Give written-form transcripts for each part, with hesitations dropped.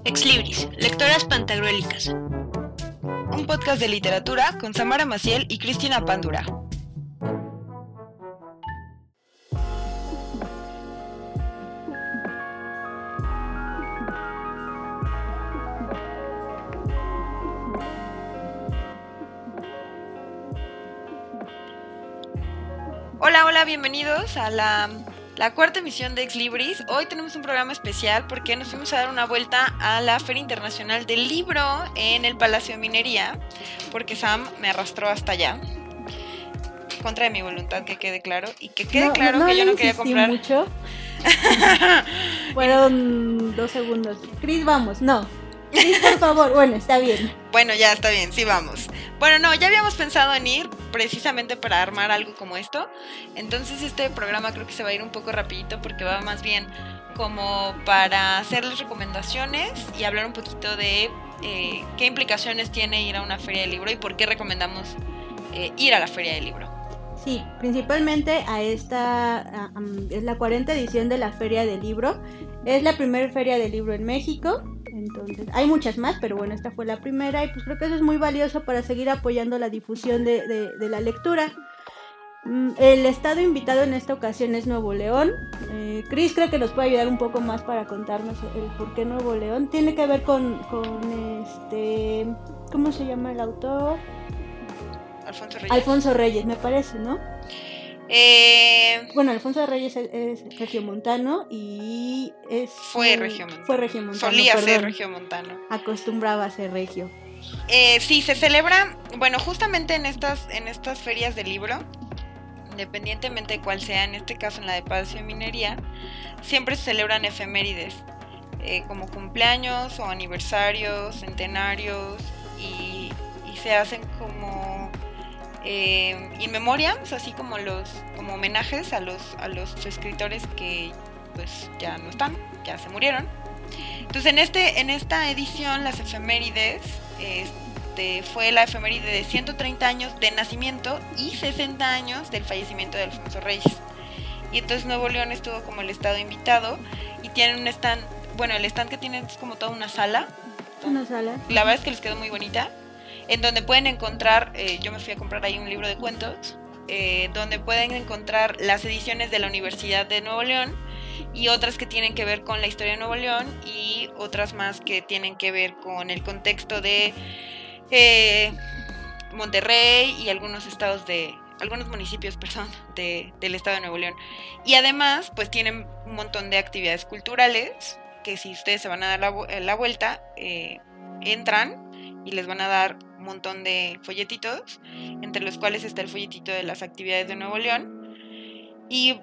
Exlibris, Lectoras Pantagruélicas. Un podcast de literatura con Samara Maciel y Cristina Pándura. Hola, bienvenidos a la cuarta emisión de Exlibris. Hoy tenemos un programa especial porque nos fuimos a dar una vuelta a la Feria Internacional del Libro en el Palacio de Minería, porque Sam me arrastró hasta allá, contra de mi voluntad, que quede claro, y que quede claro que yo no quería comprar mucho. Fueron 2 segundos. Cris, vamos, no. Cris, por favor. Bueno, está bien. Bueno, ya está bien, sí vamos. Bueno, no, ya habíamos pensado en ir precisamente para armar algo como esto. Entonces este programa creo que se va a ir un poco rapidito porque va más bien como para hacerles recomendaciones y hablar un poquito de qué implicaciones tiene ir a una feria de libro y por qué recomendamos ir a la feria de libro. Sí, principalmente a esta, es la 40ª edición de la Feria del Libro. Es la primera feria de libro en México. Entonces, hay muchas más, pero bueno, esta fue la primera y pues creo que eso es muy valioso para seguir apoyando la difusión de la lectura. El estado invitado en esta ocasión es Nuevo León. Cris creo que nos puede ayudar un poco más para contarnos el por qué Nuevo León. Tiene que ver con ¿cómo se llama el autor? Alfonso Reyes, me parece, ¿no? Bueno, Alfonso Reyes es regiomontano y fue regiomontano. Solía ser regiomontano. Acostumbraba a ser regio. Sí, se celebra, bueno, justamente en estas ferias de libro, independientemente de cuál sea, en este caso en la de Palacio de Minería, siempre se celebran efemérides, como cumpleaños o aniversarios, centenarios, y se hacen como in memoriam, así como homenajes a los escritores que pues ya no están, ya se murieron. Entonces en esta edición las efemérides fue la efeméride de 130 años de nacimiento y 60 años del fallecimiento de Alfonso Reyes. Y entonces Nuevo León estuvo como el estado invitado y tienen un stand, bueno, el stand que tienen es como toda una sala. La verdad es que les quedó muy bonita, en donde pueden encontrar, yo me fui a comprar ahí un libro de cuentos, donde pueden encontrar las ediciones de la Universidad de Nuevo León y otras que tienen que ver con la historia de Nuevo León y otras más que tienen que ver con el contexto de Monterrey y algunos municipios, del estado de Nuevo León. Y además, pues tienen un montón de actividades culturales que si ustedes se van a dar la vuelta, entran y les van a dar un montón de folletitos, entre los cuales está el folletito de las actividades de Nuevo León. Y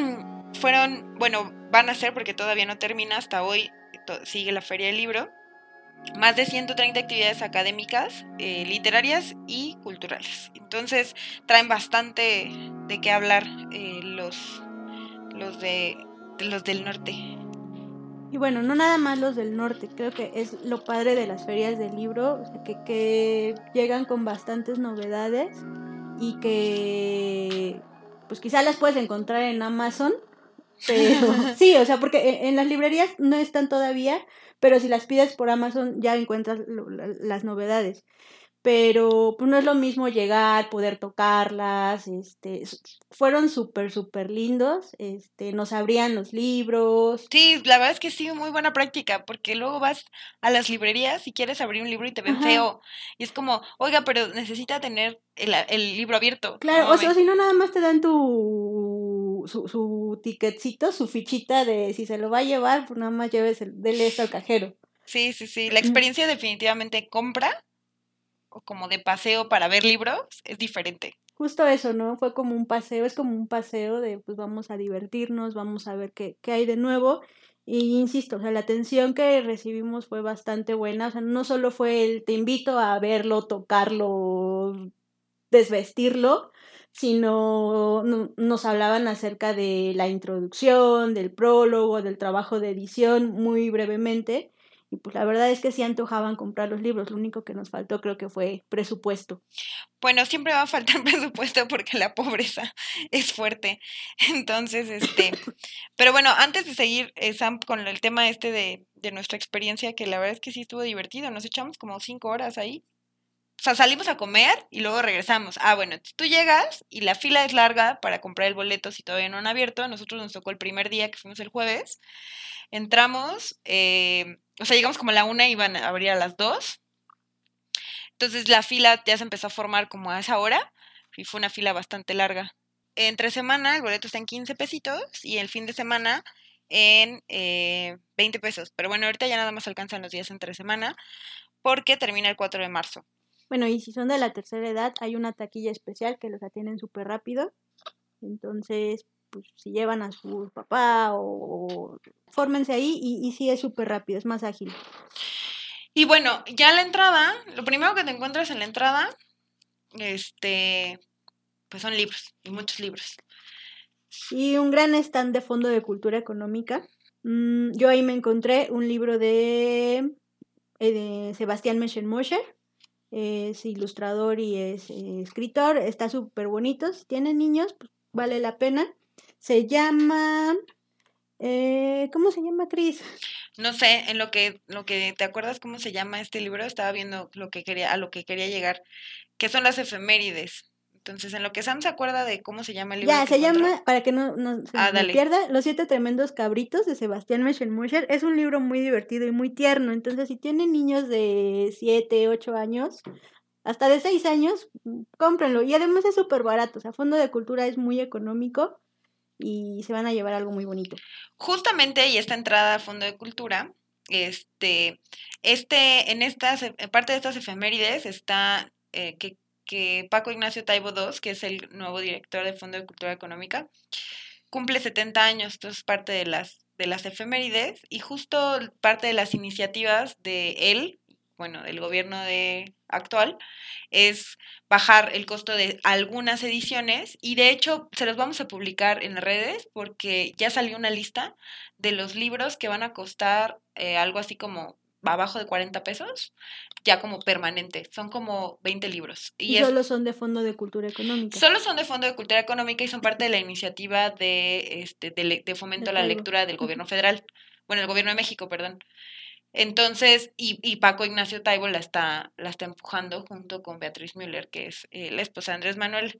van a ser, porque todavía no termina, hasta hoy sigue la Feria del Libro, más de 130 actividades académicas, literarias y culturales. Entonces traen bastante de qué hablar los del norte. Y bueno, no nada más los del norte, creo que es lo padre de las ferias del libro, o sea, que llegan con bastantes novedades y que pues quizá las puedes encontrar en Amazon, pero sí, o sea, porque en las librerías no están todavía, pero si las pides por Amazon ya encuentras las novedades. Pero pues no es lo mismo llegar, poder tocarlas, fueron súper lindos, nos abrían los libros. Sí, la verdad es que sí, muy buena práctica, porque luego vas a las librerías y quieres abrir un libro y te ven feo, y es como, oiga, pero necesita tener el libro abierto. Claro, o si no, nada más te dan su ticketcito, su fichita de si se lo va a llevar, pues nada más dele esto al cajero. Sí, la experiencia definitivamente compra o como de paseo para ver libros es diferente. Justo eso, ¿no? Fue como un paseo, es como un paseo de pues vamos a divertirnos, vamos a ver qué hay de nuevo. Y insisto, o sea, la atención que recibimos fue bastante buena, o sea, no solo fue te invito a verlo, tocarlo, desvestirlo, sino nos hablaban acerca de la introducción, del prólogo, del trabajo de edición muy brevemente. Y pues la verdad es que sí antojaban comprar los libros, lo único que nos faltó creo que fue presupuesto. Bueno, siempre va a faltar presupuesto porque la pobreza es fuerte. Entonces, pero bueno, antes de seguir, Sam, con el tema de nuestra experiencia, que la verdad es que sí estuvo divertido, nos echamos como 5 horas ahí. O sea, salimos a comer y luego regresamos. Ah, bueno, tú llegas y la fila es larga para comprar el boleto si todavía no han abierto. Nosotros nos tocó el primer día, que fuimos el jueves. Entramos, o sea, llegamos como a la 1 y iban a abrir a las 2. Entonces la fila ya se empezó a formar como a esa hora y fue una fila bastante larga. Entre semana el boleto está en 15 pesitos y el fin de semana en 20 pesos. Pero bueno, ahorita ya nada más alcanzan los días entre semana porque termina el 4 de marzo. Bueno, y si son de la tercera edad, hay una taquilla especial que los atienden súper rápido. Entonces, pues si llevan a su papá o fórmense ahí y sí es súper rápido, es más ágil. Y bueno, ya la entrada, lo primero que te encuentras en la entrada, pues son libros, y muchos libros. Y un gran stand de Fondo de Cultura Económica. Yo ahí me encontré un libro de Sebastián Meschenmoscher. Es ilustrador y es escritor, está súper bonito. Si tienen niños, pues vale la pena. Se llama... ¿cómo se llama, Cris? No sé, en lo que te acuerdas cómo se llama este libro, estaba viendo a lo que quería llegar, que son las efemérides. Entonces, en lo que Sam se acuerda de cómo se llama el libro. Ya, se llama, para que no se me dale. pierda, Los 7 tremendos cabritos de Sebastián Meschenmoscher. Es un libro muy divertido y muy tierno. Entonces, si tienen niños de 7, 8 años, hasta de 6 años, cómprenlo. Y además es súper barato. O sea, Fondo de Cultura es muy económico y se van a llevar algo muy bonito. Justamente, y esta entrada a Fondo de Cultura, en parte de estas efemérides está que Paco Ignacio Taibo II, que es el nuevo director del Fondo de Cultura Económica, cumple 70 años, entonces parte de las efemérides y justo parte de las iniciativas de él, bueno, del gobierno actual, es bajar el costo de algunas ediciones y de hecho se los vamos a publicar en las redes porque ya salió una lista de los libros que van a costar algo así como abajo de 40 pesos, ya como permanente, son como 20 libros. Y solo son de Fondo de Cultura Económica. Solo son de Fondo de Cultura Económica y son parte de la iniciativa de fomento a la lectura del gobierno federal, bueno, el gobierno de México, perdón. Entonces, y Paco Ignacio Taibo la está empujando junto con Beatriz Müller, que es la esposa de Andrés Manuel.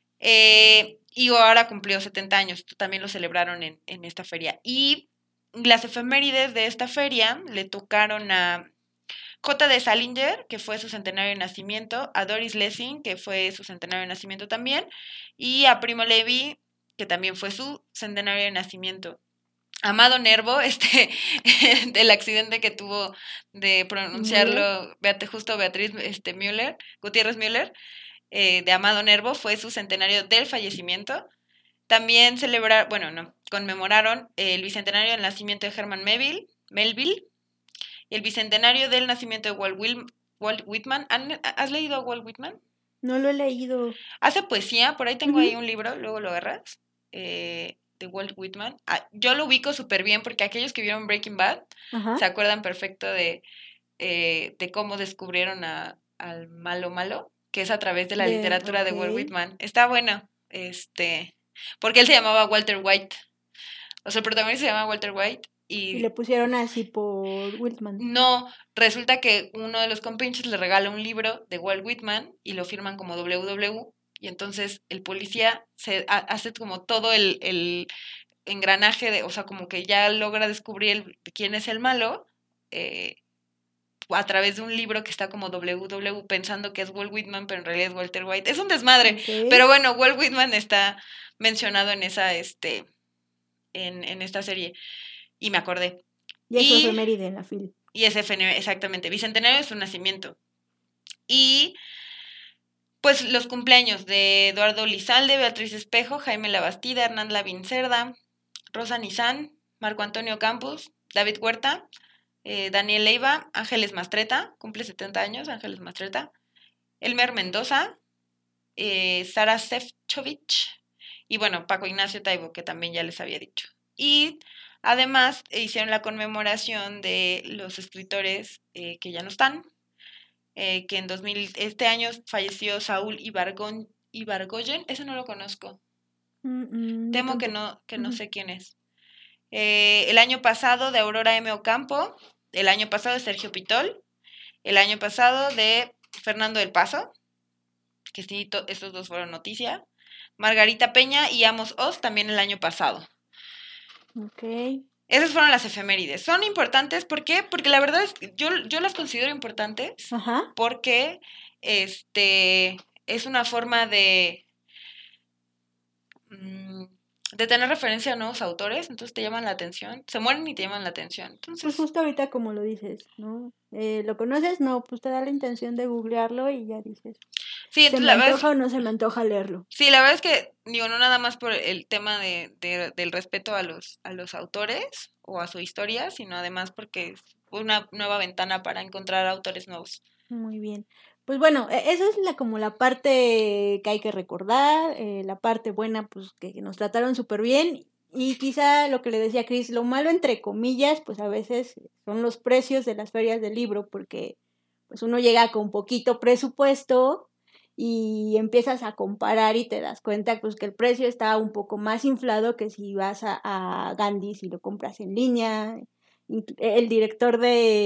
Y ahora cumplió 70 años, esto también lo celebraron en esta feria. Y las efemérides de esta feria le tocaron a J.D. Salinger, que fue su centenario de nacimiento, a Doris Lessing, que fue su centenario de nacimiento también, y a Primo Levi, que también fue su centenario de nacimiento. Amado Nervo, del accidente que tuvo de pronunciarlo justo Beatriz Gutiérrez Müller, de Amado Nervo, fue su centenario del fallecimiento. También conmemoraron el bicentenario del nacimiento de Herman Melville, el bicentenario del nacimiento de Walt Whitman. ¿Has leído a Walt Whitman? No lo he leído. Hace poesía, por ahí tengo ahí un libro, luego lo agarras, de Walt Whitman. Yo lo ubico súper bien porque aquellos que vieron Breaking Bad se acuerdan perfecto de cómo descubrieron al malo, que es a través de la literatura de Walt Whitman. Está bueno, porque él se llamaba Walter White. O sea, el protagonista se llama Walter White. Y le pusieron así por Whitman. No, resulta que uno de los compinches le regala un libro de Walt Whitman y lo firman como WW. Y entonces el policía se hace como todo el engranaje, o sea, como que ya logra descubrir quién es el malo a través de un libro que está como WW pensando que es Walt Whitman, pero en realidad es Walter White. Es un desmadre, pero bueno, Walt Whitman está mencionado en esa, en esta serie. Y me acordé. Y es efeméride en la fila. Y es efeméride, exactamente. Bicentenario es su nacimiento. Y pues los cumpleaños de Eduardo Lizalde, Beatriz Espejo, Jaime Labastida, Hernán Lavín Cerda, Rosa Nizán, Marco Antonio Campos, David Huerta, Daniel Leiva, Ángeles Mastreta, cumple 70 años, Ángeles Mastreta, Elmer Mendoza, Sara Sefcovic y bueno, Paco Ignacio Taibo, que también ya les había dicho. Y Además, hicieron la conmemoración de los escritores que ya no están, que este año falleció Saúl Ibargoyen, ese no lo conozco. Temo que no sé quién es. El año pasado de Aurora M. Ocampo, el año pasado de Sergio Pitol, el año pasado de Fernando del Paso, que sí, estos dos fueron noticia, Margarita Peña y Amos Oz también el año pasado. Ok. Esas fueron las efemérides. Son importantes, ¿por qué? Porque la verdad es que yo las considero importantes. Ajá. Porque es una forma de tener referencia a nuevos autores, entonces te llaman la atención, se mueren y te llaman la atención. Entonces, pues justo ahorita como lo dices, ¿no? ¿Lo conoces? No, pues te da la intención de googlearlo y ya dices, sí, ¿se me antoja o no se me antoja leerlo? Sí, la verdad es que, digo, no nada más por el tema del respeto a los autores o a su historia, sino además porque es una nueva ventana para encontrar autores nuevos. Muy bien. Pues bueno, esa es como la parte que hay que recordar, la parte buena, pues que nos trataron súper bien. Y quizá lo que le decía Cris, lo malo entre comillas, pues a veces son los precios de las ferias del libro, porque pues uno llega con poquito presupuesto y empiezas a comparar y te das cuenta pues que el precio está un poco más inflado que si vas a Gandhi, si lo compras en línea. El director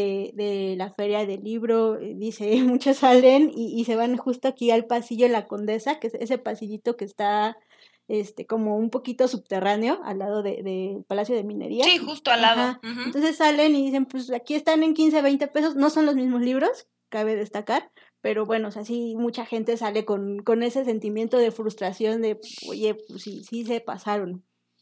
de la feria del libro dice, muchos salen y se van justo aquí al pasillo de la Condesa, que es ese pasillito que está como un poquito subterráneo al lado del Palacio de Minería. Sí, justo al lado. Uh-huh. Entonces salen y dicen, pues aquí están en 15, 20 pesos, no son los mismos libros, cabe destacar, pero bueno, o sea, sí, mucha gente sale con ese sentimiento de frustración de, oye, pues sí se pasaron.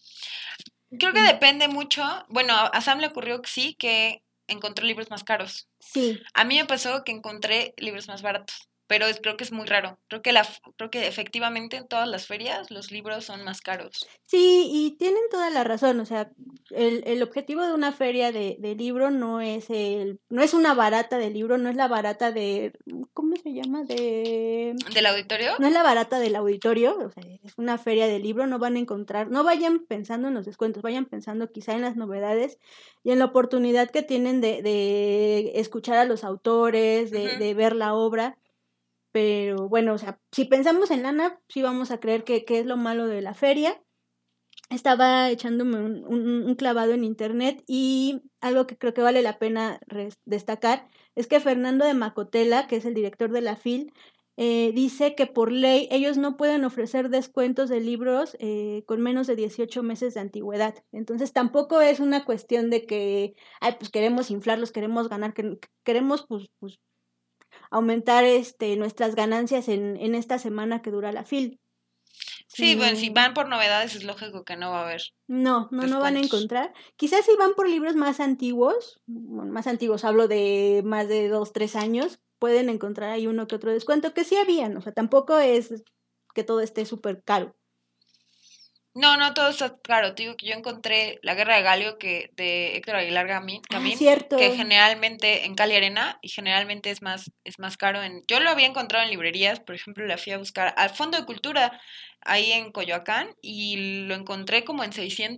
Creo que depende mucho. Bueno, a Sam le ocurrió que sí, que encontró libros más caros. Sí. A mí me pasó que encontré libros más baratos, pero creo que es muy raro. Creo que efectivamente en todas las ferias los libros son más caros. Sí, y tienen toda la razón. O sea, el objetivo de una feria de libro no es una barata de libro, no es la barata de, ¿cómo se llama? ¿Del auditorio? No es la barata del auditorio, o sea, es una feria de libro, no van a encontrar, no vayan pensando en los descuentos, vayan pensando quizá en las novedades y en la oportunidad que tienen de escuchar a los autores, de ver la obra. Pero bueno, o sea, si pensamos en lana, sí vamos a creer que es lo malo de la feria. Estaba echándome un clavado en internet y algo que creo que vale la pena destacar es que Fernando de Macotela, que es el director de la FIL, dice que por ley ellos no pueden ofrecer descuentos de libros con menos de 18 meses de antigüedad. Entonces tampoco es una cuestión de que, pues queremos inflarlos, queremos ganar, queremos pues aumentar nuestras ganancias en esta semana que dura la FIL. Sí, bueno, si van por novedades es lógico que no va a haber. No van a encontrar. Quizás si van por libros más antiguos, hablo de más de 2, 3 años, pueden encontrar ahí uno que otro descuento, que sí habían, o sea, tampoco es que todo esté súper caro. No, todo está claro. Te digo que yo encontré La Guerra de Galio de Héctor Aguilar Camín, cierto. Que generalmente en Cali Arena y generalmente es más caro. Yo lo había encontrado en librerías, por ejemplo, la fui a buscar al Fondo de Cultura ahí en Coyoacán y lo encontré como en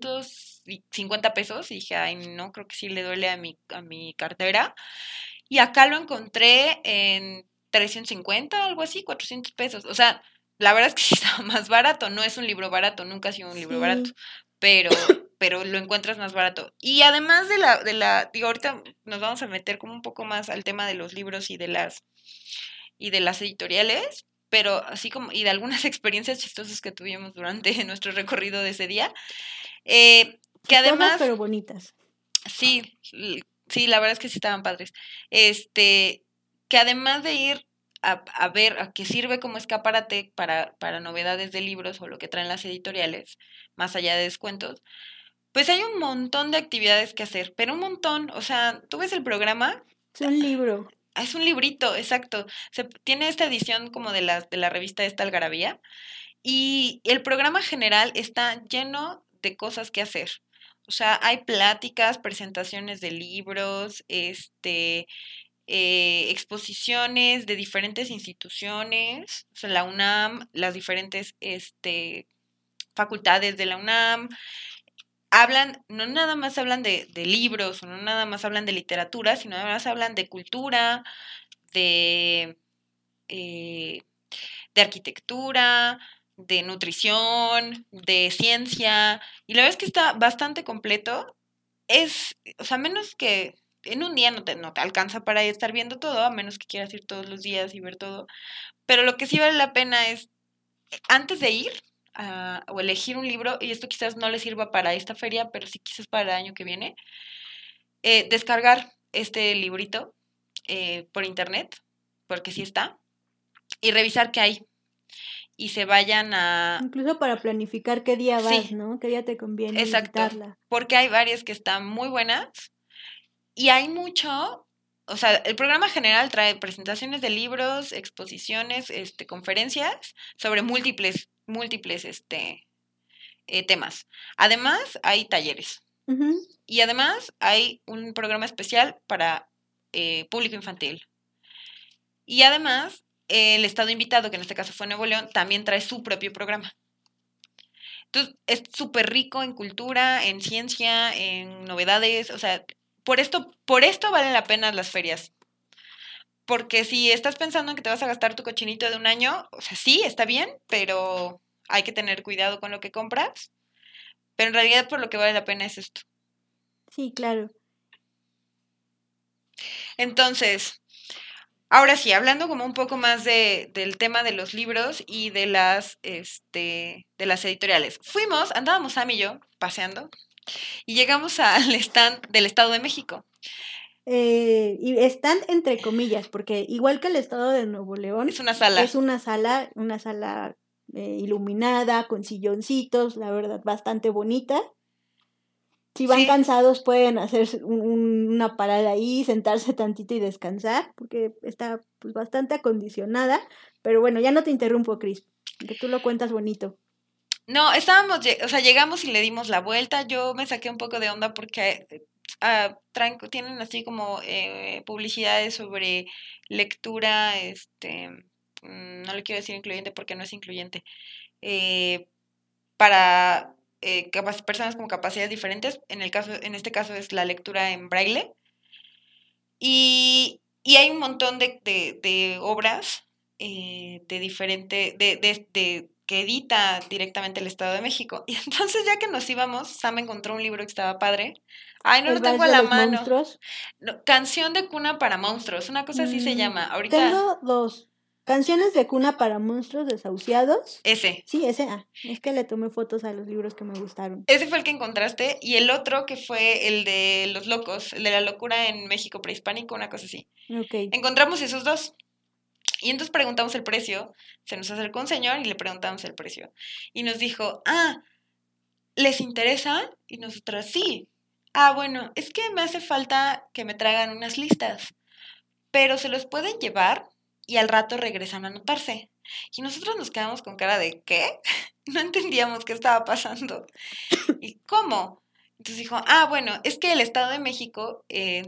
650 pesos y dije, ay, no, creo que sí le duele a mi cartera. Y acá lo encontré en 350, algo así, 400 pesos. O sea, la verdad es que sí estaba más barato. No es un libro barato, nunca ha sido un libro barato, pero lo encuentras más barato. Y además digo, ahorita nos vamos a meter como un poco más al tema de los libros y de las editoriales, pero así como, y de algunas experiencias chistosas que tuvimos durante nuestro recorrido de ese día. Que además, pero bonitas. Sí, la verdad es que sí estaban padres. Que además de ir a ver a qué sirve como escaparate para novedades de libros o lo que traen las editoriales, más allá de descuentos, pues hay un montón de actividades que hacer, pero un montón. O sea, tú ves el programa. Es un libro. Es un librito, exacto. Tiene esta edición como de la revista esta Algarabía y el programa general está lleno de cosas que hacer. O sea, hay pláticas, presentaciones de libros, exposiciones de diferentes instituciones, o sea, la UNAM, las diferentes facultades de la UNAM, no nada más hablan de libros, o no nada más hablan de literatura, sino además hablan de cultura, de, eh, de arquitectura, de nutrición, de ciencia, y la verdad es que está bastante completo. O sea, menos que en un día no te alcanza para estar viendo todo, a menos que quieras ir todos los días y ver todo, pero lo que sí vale la pena es, antes de ir o elegir un libro, y esto quizás no le sirva para esta feria, pero sí quizás para el año que viene, descargar este librito por internet, porque sí está, y revisar qué hay. Y se vayan a... Incluso para planificar qué día vas, Sí, ¿no? Qué día te conviene exacto, visitarla. porque hay varias que están muy buenas y hay mucho, o sea, el programa general trae presentaciones de libros, exposiciones, conferencias sobre múltiples temas. Además, hay talleres. Uh-huh. Y además hay un programa especial para público infantil. Y además, el estado invitado, que en este caso fue Nuevo León, también trae su propio programa. Entonces, es súper rico en cultura, en ciencia, en novedades. O sea, por esto valen la pena las ferias. Porque si estás pensando en que te vas a gastar tu cochinito de un año, o sea, sí, está bien, pero hay que tener cuidado con lo que compras. Pero en realidad por lo que vale la pena es esto. Sí, claro. Entonces, ahora sí, hablando como un poco más del tema de los libros y de las editoriales. Andábamos Sam y yo paseando y llegamos al stand del Estado de México. Y están entre comillas, porque igual que el estado de Nuevo León, es una sala iluminada, con silloncitos, la verdad, bastante bonita. Si van Sí. cansados pueden hacer una parada ahí, sentarse tantito y descansar, porque está pues bastante acondicionada. Pero bueno, ya no te interrumpo, Cris, que tú lo cuentas bonito. No, llegamos y le dimos la vuelta. Yo me saqué un poco de onda porque tienen así como publicidades sobre lectura, no le quiero decir incluyente porque no es incluyente, para personas con capacidades diferentes. En este caso es la lectura en braille. Y hay un montón de obras que edita directamente el Estado de México. Y entonces, ya que nos íbamos, Sam encontró un libro que estaba padre. Ay, no lo tengo a la mano. Monstruos. No, Canción de cuna para monstruos, una cosa así se llama. Ahorita... Tengo 2. Canciones de cuna para monstruos desahuciados. Ese. Sí, ese. Es que le tomé fotos a los libros que me gustaron. Ese fue el que encontraste. Y el otro que fue el de los locos, el de la locura en México prehispánico, una cosa así. Okay. Encontramos esos dos. Y entonces preguntamos el precio. Se nos acercó un señor y le preguntamos el precio. Y nos dijo, ¿les interesa? Y nosotras, sí. Bueno, es que me hace falta que me traigan unas listas. Pero se los pueden llevar y al rato regresan a anotarse. Y nosotros nos quedamos con cara de, ¿qué? No entendíamos qué estaba pasando. ¿Y cómo? Entonces dijo, bueno, es que el Estado de México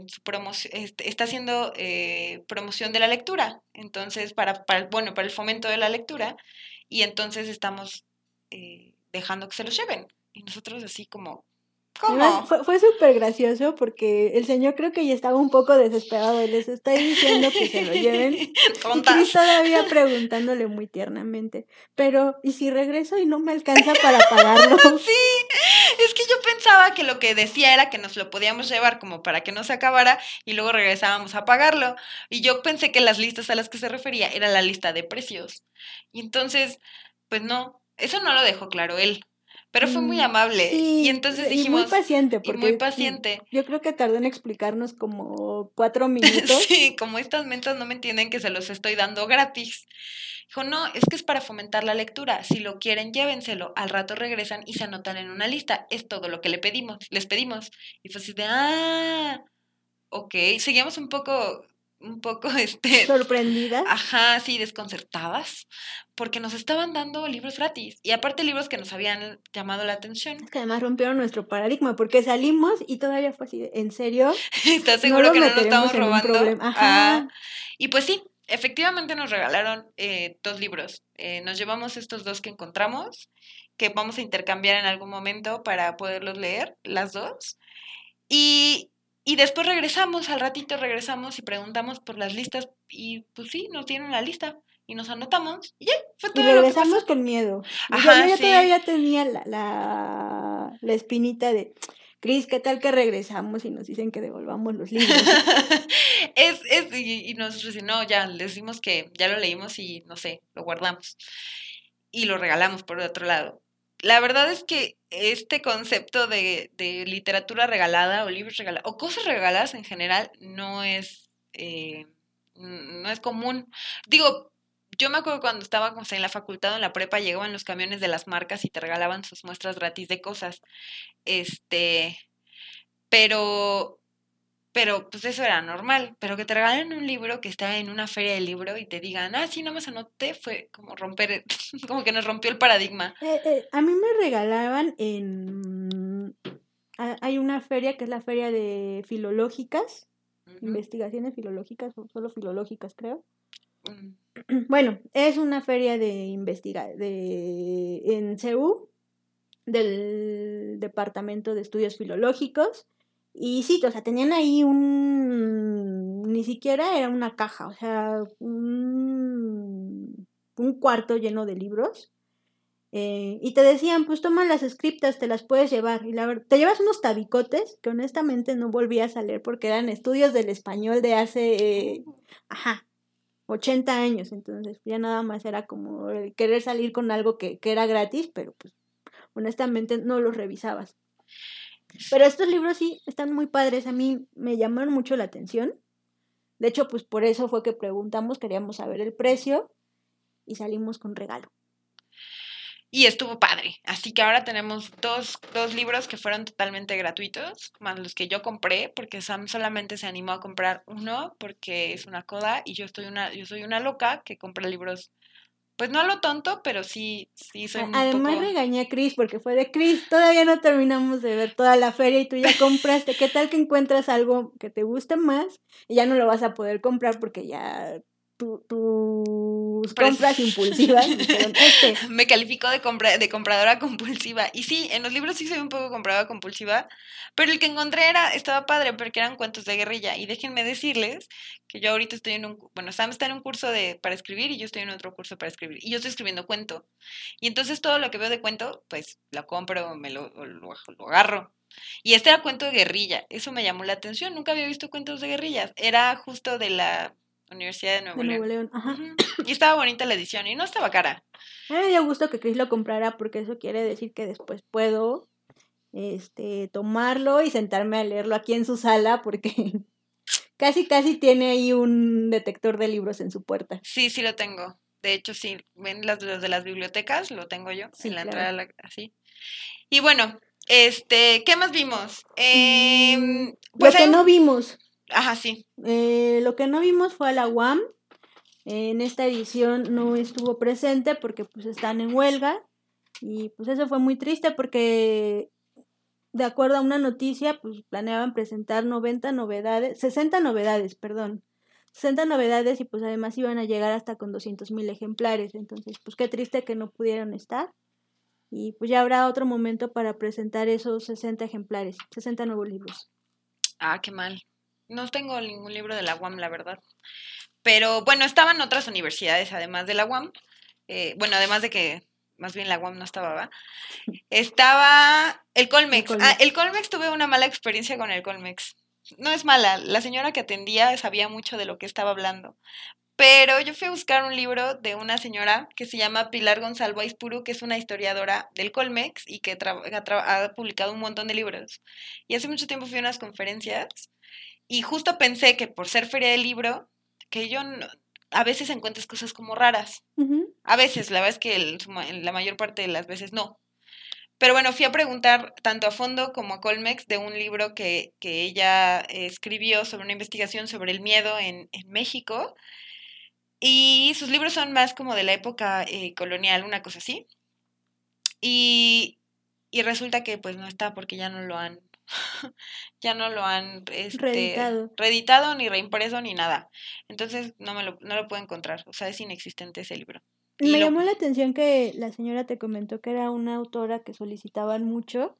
está haciendo promoción de la lectura, entonces para el fomento de la lectura, y entonces estamos dejando que se los lleven. Y nosotros así como, ¿cómo? Además, fue súper gracioso porque el señor creo que ya estaba un poco desesperado y les está diciendo que se lo lleven. Tontas. Y Cris todavía preguntándole muy tiernamente, pero ¿y si regreso y no me alcanza para pagarlo? Sí, es que yo pensaba que lo que decía era que nos lo podíamos llevar como para que no se acabara y luego regresábamos a pagarlo. Y yo pensé que las listas a las que se refería era la lista de precios. Y entonces, pues no, eso no lo dejó claro él. Pero fue muy amable. Sí, y entonces dijimos... Y muy paciente. Porque muy paciente. Yo creo que tardó en explicarnos como 4 minutos. Sí, como estas mentas no me entienden que se los estoy dando gratis. Dijo, no, es que es para fomentar la lectura. Si lo quieren, llévenselo. Al rato regresan y se anotan en una lista. Es todo lo que les pedimos. Y fue así de, ok. Seguimos un poco sorprendidas. Ajá, sí, desconcertadas, porque nos estaban dando libros gratis, y aparte libros que nos habían llamado la atención. Es que además rompieron nuestro paradigma, porque salimos y todavía fue así, ¿en serio? ¿Estás seguro que no nos estamos robando? Ajá. Y pues sí, efectivamente nos regalaron 2 libros. Nos llevamos estos 2 que encontramos, que vamos a intercambiar en algún momento para poderlos leer, las dos. Y después al ratito regresamos y preguntamos por las listas y pues sí, nos dieron la lista y nos anotamos y ya, fue todo Y lo que regresamos pasó. con miedo. Ajá, Yo sí. todavía tenía la espinita de, Cris, ¿qué tal que regresamos y nos dicen que devolvamos los libros? Y nosotros decimos, no, ya, les decimos que ya lo leímos y no sé, lo guardamos y lo regalamos por otro lado. La verdad es que este concepto de literatura regalada o libros regalados o cosas regaladas en general no es común. Digo, yo me acuerdo cuando estábamos en la facultad o en la prepa, llegaban los camiones de las marcas y te regalaban sus muestras gratis de cosas. Pero pues eso era normal. Pero que te regalen un libro que está en una feria del libro y te digan, sí, no me anoté, fue como romper, como que nos rompió el paradigma. A mí me regalaban hay una feria que es la feria de filológicas, investigaciones filológicas, o solo filológicas, creo. Bueno, es una feria en CEU, del Departamento de Estudios Filológicos. Y sí, o sea, tenían ahí ni siquiera era una caja, o sea, un cuarto lleno de libros. Y te decían, pues toma las scriptas, te las puedes llevar. Y te llevas unos tabicotes que honestamente no volvías a leer porque eran estudios del español de hace, 80 años. Entonces ya nada más era como querer salir con algo que era gratis, pero pues honestamente no los revisabas. Pero estos libros sí están muy padres, a mí me llamaron mucho la atención. De hecho, pues por eso fue que preguntamos, queríamos saber el precio y salimos con regalo. Y estuvo padre, así que ahora tenemos dos libros que fueron totalmente gratuitos, más los que yo compré, porque Sam solamente se animó a comprar uno porque es una coda y yo soy una loca que compra libros. Pues no a lo tonto, pero sí soy un Además poco... regañé a Cris porque fue de Cris, todavía no terminamos de ver toda la feria y tú ya compraste. ¿Qué tal que encuentras algo que te guste más y ya no lo vas a poder comprar porque ya tus compras impulsivas dijeron, Me calificó de compradora compulsiva. Y sí, en los libros sí soy un poco compradora compulsiva, pero el que encontré estaba padre porque eran cuentos de guerrilla. Y déjenme decirles que yo ahorita estoy Sam está en un curso para escribir y yo estoy en otro curso para escribir. Y yo estoy escribiendo cuento. Y entonces todo lo que veo de cuento, pues lo compro, lo agarro. Y este era cuento de guerrilla. Eso me llamó la atención. Nunca había visto cuentos de guerrillas. Era justo de la Universidad de Nuevo León. Ajá. Y estaba bonita la edición y no estaba cara. A mí me dio gusto que Cris lo comprara porque eso quiere decir que después puedo tomarlo y sentarme a leerlo aquí en su sala porque casi tiene ahí un detector de libros en su puerta. Sí lo tengo. De hecho, sí, ven los de las bibliotecas, lo tengo yo en la entrada, así. Y bueno, ¿qué más vimos? Pues lo que no vimos. Ajá, sí. Lo que no vimos fue a la UAM. En esta edición no estuvo presente porque pues están en huelga y pues eso fue muy triste porque de acuerdo a una noticia pues planeaban presentar 60 novedades, 60 novedades y pues además iban a llegar hasta con 200,000 ejemplares, entonces pues qué triste que no pudieron estar y pues ya habrá otro momento para presentar esos 60 ejemplares, 60 nuevos libros. Qué mal. No tengo ningún libro de la UAM, la verdad. Pero bueno, estaban otras universidades además de la UAM. Además de que más bien la UAM no estaba, ¿va? Estaba el Colmex. El Colmex tuve una mala experiencia con el Colmex. No es mala, la señora que atendía sabía mucho de lo que estaba hablando. Pero yo fui a buscar un libro de una señora que se llama Pilar Gonzalo Aispuru, que es una historiadora del Colmex y que ha publicado un montón de libros. Y hace mucho tiempo fui a unas conferencias y justo pensé que por ser feria del libro, que yo a veces encuentras cosas como raras. Uh-huh. A veces, la verdad es que la mayor parte de las veces no. Pero bueno, fui a preguntar tanto a fondo como a Colmex de un libro que ella escribió sobre una investigación sobre el miedo en México. Y sus libros son más como de la época colonial, una cosa así. Y resulta que pues no está porque ya no lo han reeditado ni reimpreso ni nada. Entonces no lo puedo encontrar. O sea, es inexistente ese libro. Me llamó la atención que la señora te comentó que era una autora que solicitaban mucho.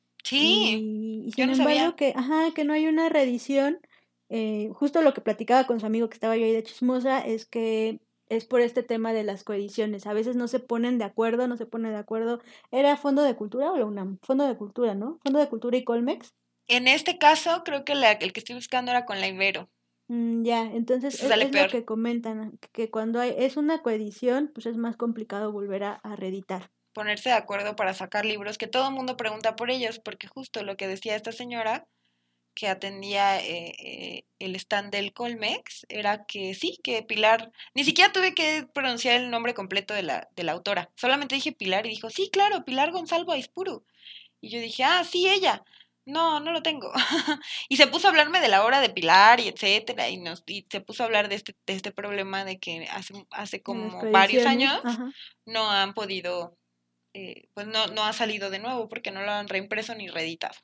Sí, y yo sin no embargo sabía. que no hay una reedición. Justo lo que platicaba con su amigo que estaba yo ahí de chismosa es que es por este tema de las coediciones. A veces no se ponen de acuerdo, no se pone de acuerdo. ¿Era Fondo de Cultura o la UNAM? Fondo de Cultura, ¿no? Fondo de Cultura y Colmex. En este caso, creo que el que estoy buscando era con la Ibero. Ya, entonces Eso sale es lo peor. que comentan, que cuando es una coedición, pues es más complicado volver a reeditar. Ponerse de acuerdo para sacar libros, que todo el mundo pregunta por ellos, porque justo lo que decía esta señora que atendía el stand del Colmex era que sí, que Pilar, ni siquiera tuve que pronunciar el nombre completo de la autora, solamente dije Pilar y dijo, sí, claro, Pilar Gonzalo Aispuru. Y yo dije, ah, sí, ella. No, no lo tengo. Y se puso a hablarme de la obra de Pilar y etcétera, y se puso a hablar de este problema de que hace De las como varios coediciones, años ajá. no han podido, pues no ha salido de nuevo porque no lo han reimpreso ni reeditado.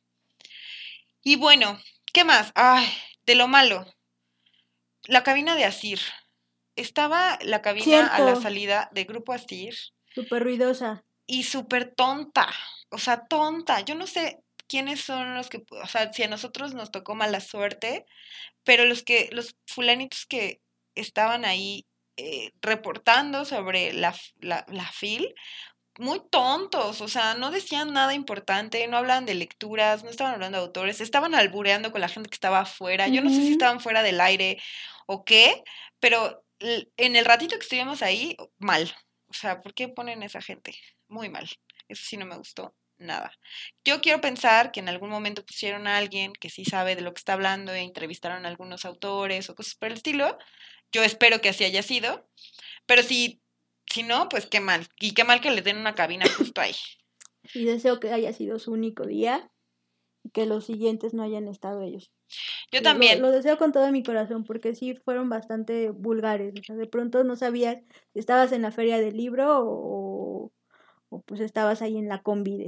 Y bueno, ¿qué más? Ay, de lo malo. La cabina de Asir. Estaba la cabina a la Cierto, salida de Grupo Asir súper ruidosa. y súper tonta. O sea, tonta. Yo no sé quiénes son los que, o sea, si a nosotros nos tocó mala suerte, pero los fulanitos que estaban ahí reportando sobre la FIL, muy tontos, o sea, no decían nada importante, no hablaban de lecturas, no estaban hablando de autores, estaban albureando con la gente que estaba afuera. Yo no sé si Ujú. estaban fuera del aire o qué, pero en el ratito que estuvimos ahí, mal. O sea, ¿por qué ponen esa gente? Muy mal. Eso sí no me gustó nada. Yo quiero pensar que en algún momento pusieron a alguien que sí sabe de lo que está hablando e entrevistaron a algunos autores o cosas por el estilo. Yo espero que así haya sido, pero si no, pues qué mal. Y qué mal que les den una cabina justo ahí. Y deseo que haya sido su único día y que los siguientes no hayan estado ellos. Yo también. Lo deseo con todo mi corazón porque sí fueron bastante vulgares. O sea, de pronto no sabías si estabas en la feria del libro o pues estabas ahí en la combi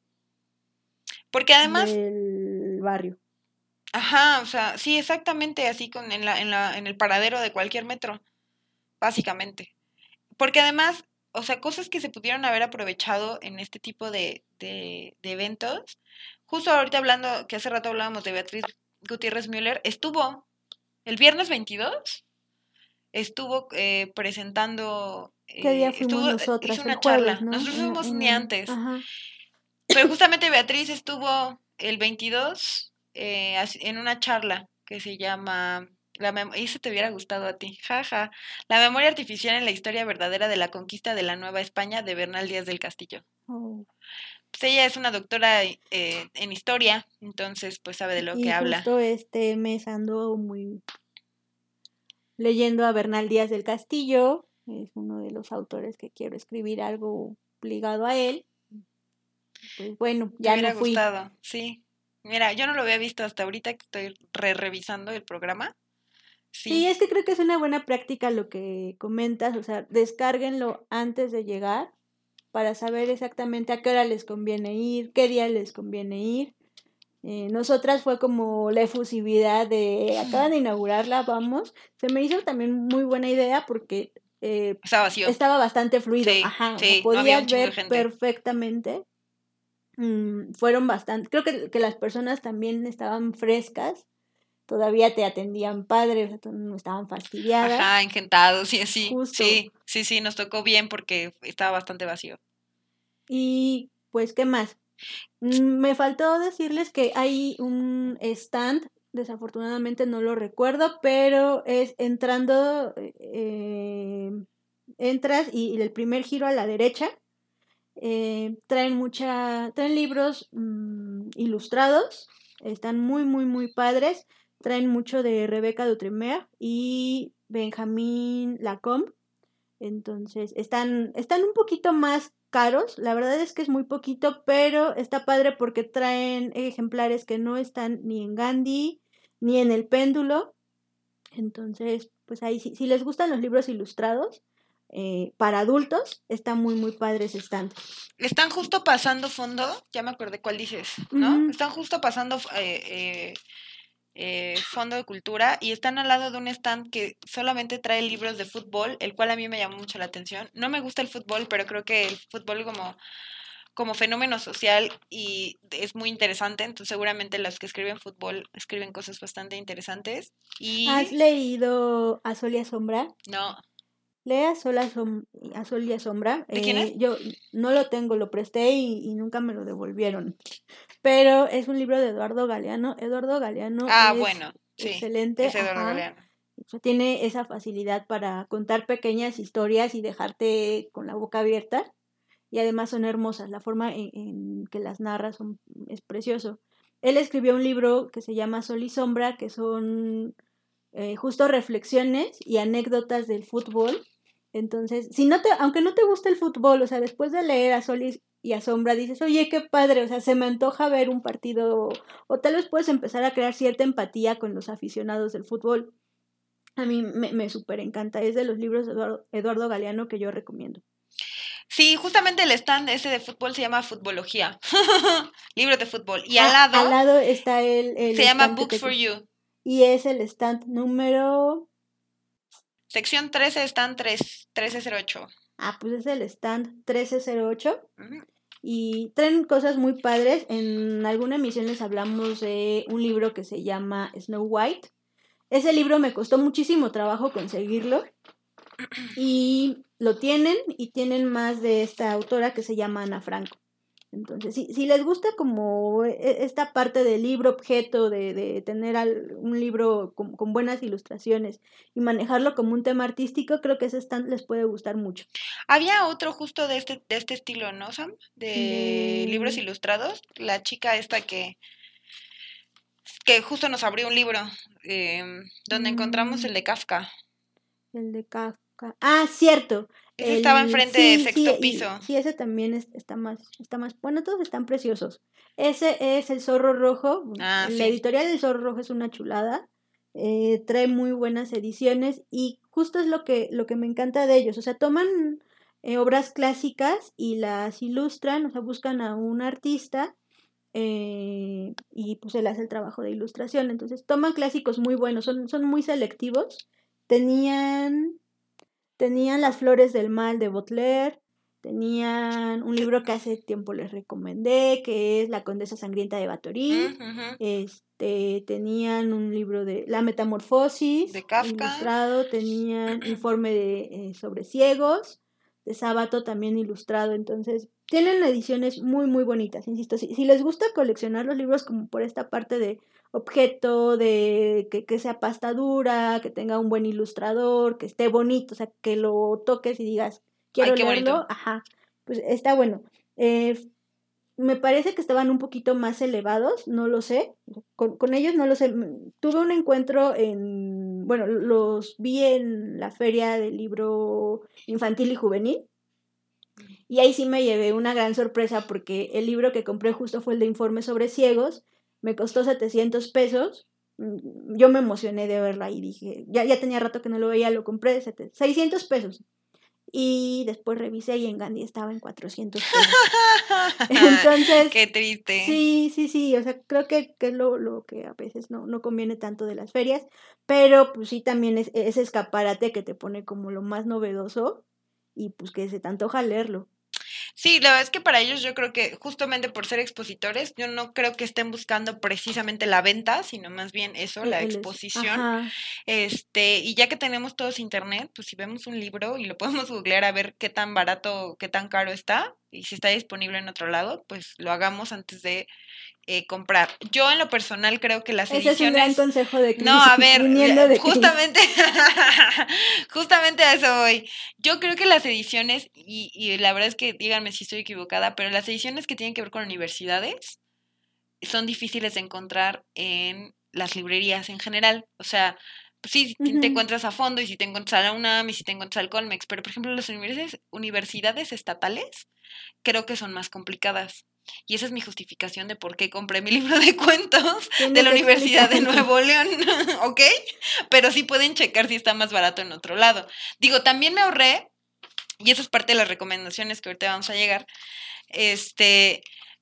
Porque además, del barrio. ajá, o sea, sí, exactamente así en el paradero de cualquier metro, básicamente. Porque además, o sea, cosas que se pudieron haber aprovechado en este tipo de eventos. Justo ahorita hablando, que hace rato hablábamos de Beatriz Gutiérrez Müller, estuvo el viernes 22, estuvo presentando, ¿Qué día fuimos hizo nosotras? El una jueves, charla. ¿no? Nosotros fuimos un día antes, Ajá. pero justamente Beatriz estuvo el 22 en una charla que se llama y se te hubiera gustado a ti, jaja, la memoria artificial en la historia verdadera de la conquista de la Nueva España de Bernal Díaz del Castillo. Oh. Pues ella es una doctora en historia, entonces pues sabe de lo que Y habla. justo este mes ando muy leyendo a Bernal Díaz del Castillo, es uno de los autores que quiero escribir algo ligado a él. Pues bueno, Te ya hubiera no fui. gustado, sí. Mira, yo no lo había visto hasta ahorita que estoy revisando el programa. Sí, Sí, es que creo que es una buena práctica lo que comentas, o sea, descárguenlo antes de llegar para saber exactamente a qué hora les conviene ir, qué día les conviene ir. Nosotras fue como la efusividad de acaban de inaugurarla, vamos. Se me hizo también muy buena idea porque estaba vacío. estaba bastante fluido, Sí, ajá, o sea, sí, no había un podías chingo de ver gente. perfectamente. Fueron bastante, creo que las personas también estaban frescas, todavía te atendían padre, o sea, no estaban fastidiadas, Ajá, engentados y así. justo. Sí, sí, sí, nos tocó bien porque estaba bastante vacío. Y pues, ¿qué más? Me faltó decirles que hay un stand, desafortunadamente no lo recuerdo, pero es entrando, entras y el primer giro a la derecha, traen libros ilustrados, están muy padres, traen mucho de Rebeca Dutrimer y Benjamín Lacombe. Entonces, están un poquito más caros, la verdad es que es muy poquito, pero está padre porque traen ejemplares que no están ni en Gandhi ni en el péndulo. Entonces, pues ahí si les gustan los libros ilustrados, para adultos, está muy padre ese stand. Están justo pasando fondo, ya me acordé cuál dices, ¿no? Uh-huh. Están justo pasando Fondo de Cultura, y están al lado de un stand que solamente trae libros de fútbol, el cual a mí me llamó mucho la atención. No me gusta el fútbol, pero creo que el fútbol como fenómeno social y es muy interesante, entonces seguramente los que escriben fútbol escriben cosas bastante interesantes. ¿Has leído A Sol y a Sombra? No. Lee A Sol y a Sombra. ¿De quién es? Yo no lo tengo, lo presté y nunca me lo devolvieron. Pero es un libro de Eduardo Galeano. Eduardo Galeano es bueno, sí, excelente. Es Eduardo Galeano. O sea, tiene esa facilidad para contar pequeñas historias y dejarte con la boca abierta. Y además son hermosas. La forma en que las narra es precioso. Él escribió un libro que se llama Sol y Sombra, que son justo reflexiones y anécdotas del fútbol. Entonces, aunque no te guste el fútbol, o sea, después de leer A Sol y a Sombra, dices, oye, qué padre, o sea, se me antoja ver un partido, o tal vez puedes empezar a crear cierta empatía con los aficionados del fútbol. A mí me súper encanta, es de los libros de Eduardo Galeano que yo recomiendo. Sí, justamente el stand ese de fútbol se llama Futbología, libros de fútbol, y al lado está el se llama Books for You. Y es el stand número... Sección 13, stand 1308. Pues es el stand 1308. Uh-huh. Y traen cosas muy padres. En alguna emisión les hablamos de un libro que se llama Snow White. Ese libro me costó muchísimo trabajo conseguirlo. Y lo tienen, y tienen más de esta autora que se llama Ana Franco. Entonces, si les gusta como esta parte del libro objeto, de tener un libro con buenas ilustraciones y manejarlo como un tema artístico, creo que ese stand les puede gustar mucho. Había otro justo de este estilo, ¿no, Sam? De libros ilustrados. La chica esta que justo nos abrió un libro donde encontramos el de Kafka. El de Kafka. Cierto. Ese estaba enfrente de Sexto Piso. Sí, ese también está más, bueno, todos están preciosos. Ese es El Zorro Rojo. La editorial del Zorro Rojo es una chulada. Trae muy buenas ediciones y justo es lo que me encanta de ellos. O sea, toman obras clásicas y las ilustran, o sea, buscan a un artista y pues él hace el trabajo de ilustración. Entonces toman clásicos muy buenos, son muy selectivos. Tenían Las Flores del Mal de Baudelaire, tenían un libro que hace tiempo les recomendé, que es La Condesa Sangrienta de Báthory. Tenían un libro de La Metamorfosis de Kafka ilustrado, tenían Informe sobre ciegos de Sábato también ilustrado. Entonces tienen ediciones muy muy bonitas, insisto. Si les gusta coleccionar los libros como por esta parte de objeto, de que sea pasta dura, que tenga un buen ilustrador, que esté bonito, o sea, que lo toques y digas, quiero leerlo, pues está bueno. Me parece que estaban un poquito más elevados, no lo sé, con ellos no lo sé. Tuve un encuentro los vi en la feria del libro infantil y juvenil, y ahí sí me llevé una gran sorpresa porque el libro que compré justo fue el de Informe sobre ciegos. Me costó 700 pesos. Yo me emocioné de verlo y dije, ya tenía rato que no lo veía, lo compré, 600 pesos. Y después revisé y en Gandhi estaba en 400 pesos. Entonces, qué triste. Sí, o sea, creo que es lo que a veces no conviene tanto de las ferias, pero pues sí también es ese escaparate que te pone como lo más novedoso y pues que se te antoja leerlo. Sí, la verdad es que para ellos yo creo que justamente por ser expositores, yo no creo que estén buscando precisamente la venta, sino más bien eso, la exposición. Y ya que tenemos todos internet, pues si vemos un libro y lo podemos googlear a ver qué tan barato, qué tan caro está, y si está disponible en otro lado, pues lo hagamos antes de comprar. Yo en lo personal creo que las ediciones... Ese es un gran consejo de crisis. No, a ver, justamente a eso voy. Yo creo que las ediciones, y la verdad es que díganme si estoy equivocada, pero las ediciones que tienen que ver con universidades son difíciles de encontrar en las librerías en general. O sea, pues sí, te encuentras a fondo, y si te encuentras a la UNAM, y si te encuentras al Colmex, pero por ejemplo las universidades estatales creo que son más complicadas. Y esa es mi justificación de por qué compré mi libro de cuentos de la Universidad de Nuevo León, ¿ok? Pero sí pueden checar si está más barato en otro lado. Digo, también me ahorré, y eso es parte de las recomendaciones que ahorita vamos a llegar,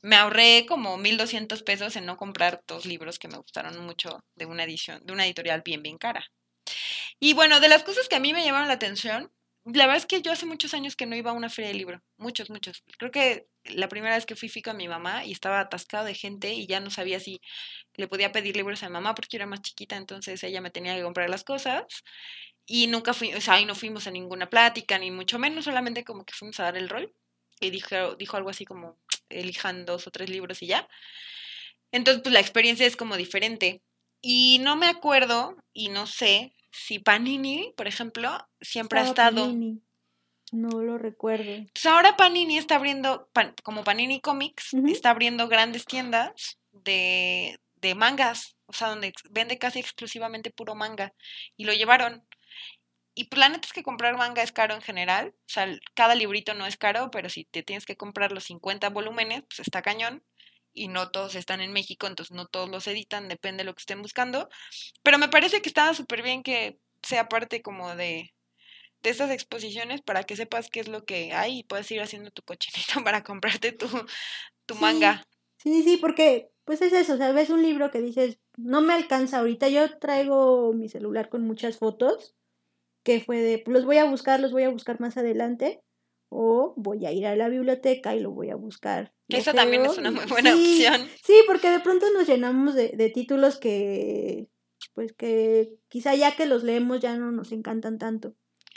me ahorré como 1,200 pesos en no comprar 2 libros que me gustaron mucho de una editorial bien cara. Y bueno, de las cosas que a mí me llamaron la atención, la verdad es que yo hace muchos años que no iba a una feria de libro, muchos. Creo que la primera vez que fui con mi mamá y estaba atascado de gente y ya no sabía si le podía pedir libros a mi mamá porque yo era más chiquita, entonces ella me tenía que comprar las cosas y nunca fui, o sea, y no fuimos a ninguna plática, ni mucho menos, solamente como que fuimos a dar el rol y dijo algo así como, elijan 2 o 3 libros y ya. Entonces, pues la experiencia es como diferente. Y no me acuerdo, y no sé, si Panini, por ejemplo, siempre ha estado. Panini. No lo recuerdo. Entonces ahora Panini está abriendo, como Panini Comics, está abriendo grandes tiendas de mangas, o sea, donde vende casi exclusivamente puro manga. Y lo llevaron. Y pues la neta es que comprar manga es caro en general. O sea, cada librito no es caro, pero si te tienes que comprar los 50 volúmenes, pues está cañón. Y no todos están en México, entonces no todos los editan, depende de lo que estén buscando. Pero me parece que estaba súper bien que sea parte como de estas exposiciones para que sepas qué es lo que hay y puedes ir haciendo tu cochinito para comprarte tu manga. Sí, porque pues es eso, o sea, ves un libro que dices, no me alcanza ahorita, yo traigo mi celular con muchas fotos, que fue de, pues los voy a buscar más adelante, o voy a ir a la biblioteca y lo voy a buscar. Esa también es una muy buena opción. Sí, porque de pronto nos llenamos de títulos que, pues que quizá ya que los leemos ya no nos encantan tanto.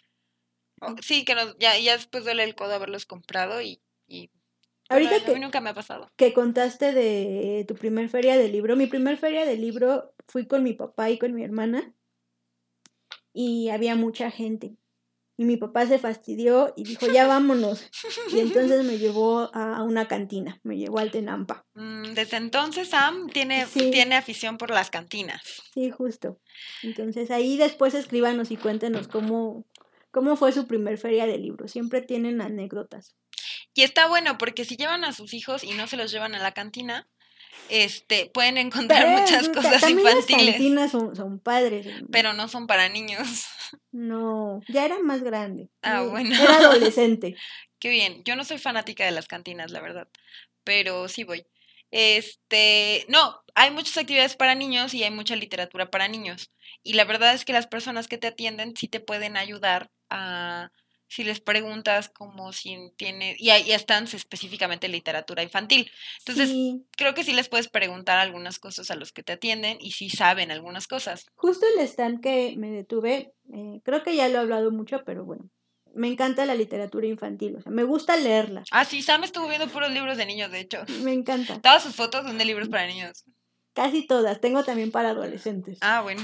Sí, que ya después duele el codo haberlos comprado y ahorita a mí nunca me ha pasado. Que contaste de tu primer feria de libro. Mi primer feria de libro fui con mi papá y con mi hermana y había mucha gente. Y mi papá se fastidió y dijo, ya vámonos. Y entonces me llevó a una cantina, me llevó al Tenampa. Desde entonces Sam tiene afición por las cantinas. Sí, justo. Entonces ahí después escríbanos y cuéntenos cómo fue su primer feria de libro. Siempre tienen anécdotas. Y está bueno porque si llevan a sus hijos y no se los llevan a la cantina, pueden encontrar muchas cosas también infantiles. Las cantinas son padres. Pero no son para niños. No, ya era más grande. Bueno. Era adolescente. Qué bien. Yo no soy fanática de las cantinas, la verdad. Pero sí voy. No, hay muchas actividades para niños y hay mucha literatura para niños. Y la verdad es que las personas que te atienden sí te pueden ayudar a... Si les preguntas como si tiene... Y ahí están específicamente literatura infantil. Entonces, creo que sí les puedes preguntar algunas cosas a los que te atienden y sí saben algunas cosas. Justo el stand que me detuve, creo que ya lo he hablado mucho, pero bueno, me encanta la literatura infantil, o sea, me gusta leerla. Ah, sí, Sam estuvo viendo puros libros de niños, de hecho. Me encanta. Todas sus fotos son de libros para niños. Casi todas, tengo también para adolescentes. Ah, bueno.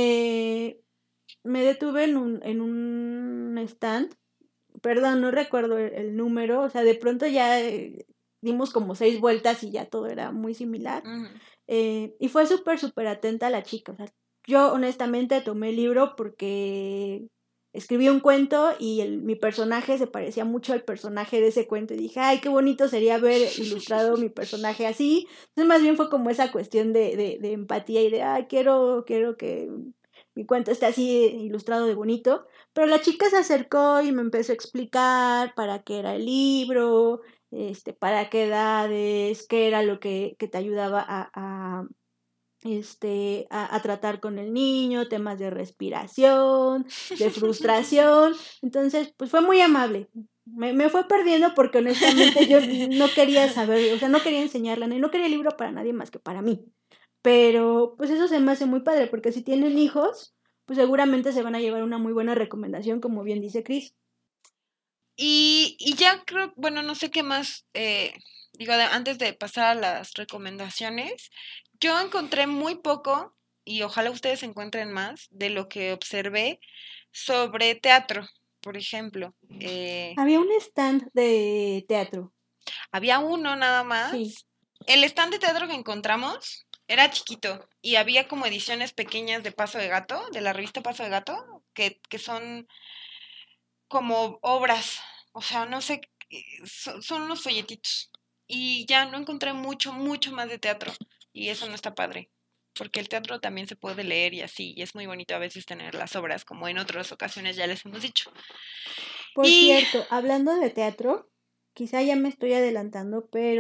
Me detuve en un stand, perdón, no recuerdo el número, o sea, de pronto ya dimos como 6 vueltas y ya todo era muy similar. Y fue súper atenta la chica, o sea, yo honestamente tomé el libro porque escribí un cuento y mi personaje se parecía mucho al personaje de ese cuento y dije, ay, qué bonito sería ver ilustrado mi personaje así. Entonces más bien fue como esa cuestión de empatía y de, ay, quiero que mi cuento esté así ilustrado de bonito. Pero la chica se acercó y me empezó a explicar para qué era el libro, para qué edades, qué era lo que te ayudaba a tratar con el niño, temas de respiración, de frustración. Entonces, pues fue muy amable. Me fue perdiendo porque honestamente yo no quería saber, o sea, no quería enseñarla, no quería el libro para nadie más que para mí. Pero pues eso se me hace muy padre porque si tienen hijos, pues seguramente se van a llevar una muy buena recomendación, como bien dice Cris. Y ya creo, bueno, no sé qué más, antes de pasar a las recomendaciones, yo encontré muy poco, y ojalá ustedes encuentren más, de lo que observé sobre teatro, por ejemplo. Había un stand de teatro. Había uno nada más. Sí. El stand de teatro que encontramos era chiquito y había como ediciones pequeñas de Paso de Gato, de la revista Paso de Gato, que son como obras, o sea, no sé, son unos folletitos. Y ya no encontré mucho más de teatro. Y eso no está padre. Porque el teatro también se puede leer y así. Y es muy bonito a veces tener las obras, como en otras ocasiones ya les hemos dicho. Por cierto, hablando de teatro, quizá ya me estoy adelantando, pero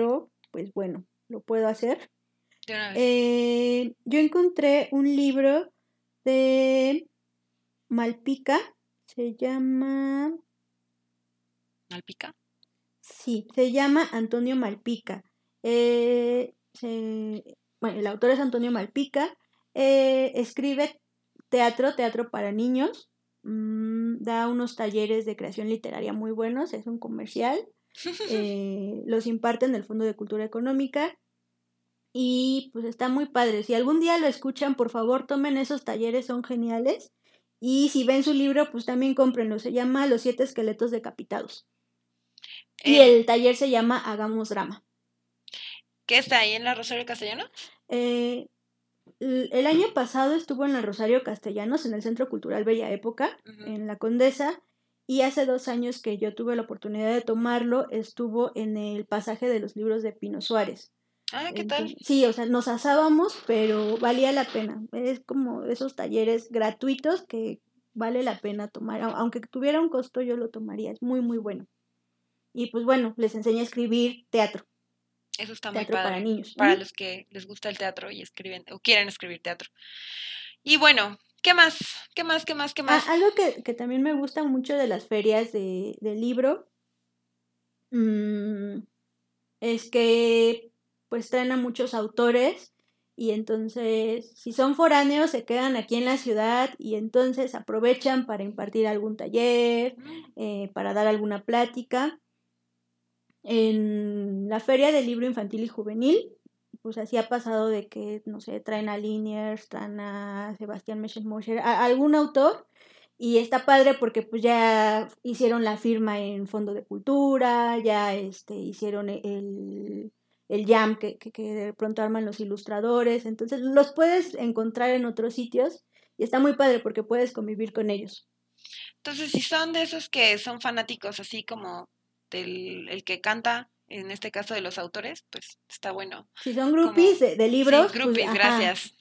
pues bueno, lo puedo hacer. De una vez. Yo encontré un libro de Malpica, se llama... ¿Malpica? Sí, se llama Antonio Malpica. Bueno, el autor es Antonio Malpica. Escribe teatro para niños. Da unos talleres de creación literaria muy buenos. Es un comercial. Los imparte en el Fondo de Cultura Económica. Y pues está muy padre. Si algún día lo escuchan, por favor, tomen esos talleres, son geniales. Y si ven su libro, pues también cómprenlo. Se llama Los 7 esqueletos decapitados. Y el taller se llama Hagamos Drama. ¿Qué está ahí en la Rosario Castellano? El año pasado estuvo en la Rosario Castellanos, en el Centro Cultural Bella Época, en la Condesa, y hace 2 años que yo tuve la oportunidad de tomarlo, estuvo en el pasaje de los libros de Pino Suárez. Ah, ¿qué tal? Sí, o sea, nos asábamos, pero valía la pena. Es como esos talleres gratuitos que vale la pena tomar. Aunque tuviera un costo, yo lo tomaría. Es muy, muy bueno. Y pues bueno, les enseña a escribir teatro. Eso está teatro muy padre. Para niños. Para los que les gusta el teatro y escriben o quieren escribir teatro. Y bueno, ¿qué más? Algo que también me gusta mucho de las ferias de libro es que pues traen a muchos autores y entonces si son foráneos se quedan aquí en la ciudad y entonces aprovechan para impartir algún taller, para dar alguna plática. En la feria del libro infantil y juvenil, pues así ha pasado de que, no sé, traen a Liniers, traen a Sebastián Meschenmoscher, a algún autor, y está padre porque pues ya hicieron la firma en Fondo de Cultura, ya hicieron el jam que de pronto arman los ilustradores, entonces los puedes encontrar en otros sitios y está muy padre porque puedes convivir con ellos. Entonces, si son de esos que son fanáticos así como el que canta, en este caso de los autores, pues está bueno. Si son groupies de libros, sí, groupies, pues, gracias.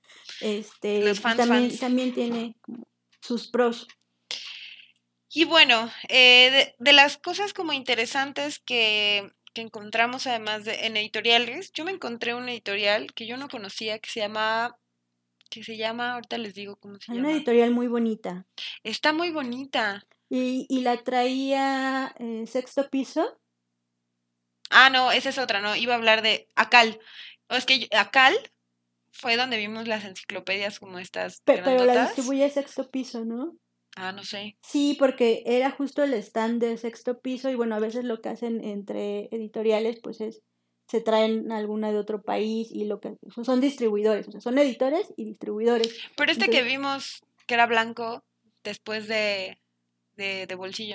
Los fans, también tiene como sus pros. Y bueno, de las cosas como interesantes que encontramos además en editoriales, yo me encontré un editorial que yo no conocía que se llama, ahorita les digo cómo se llama. Una editorial muy bonita. Está muy bonita. Y la traía Sexto Piso. Ah, no, esa es otra, no, iba a hablar de Acal. Es que Acal fue donde vimos las enciclopedias como estas pero la distribuye Sexto Piso, ¿no? Ah, no sé. Sí, porque era justo el stand de Sexto Piso y bueno, a veces lo que hacen entre editoriales pues es se traen alguna de otro país y lo que son distribuidores, o sea, son editores y distribuidores. Pero entonces, que vimos que era blanco después de bolsillo.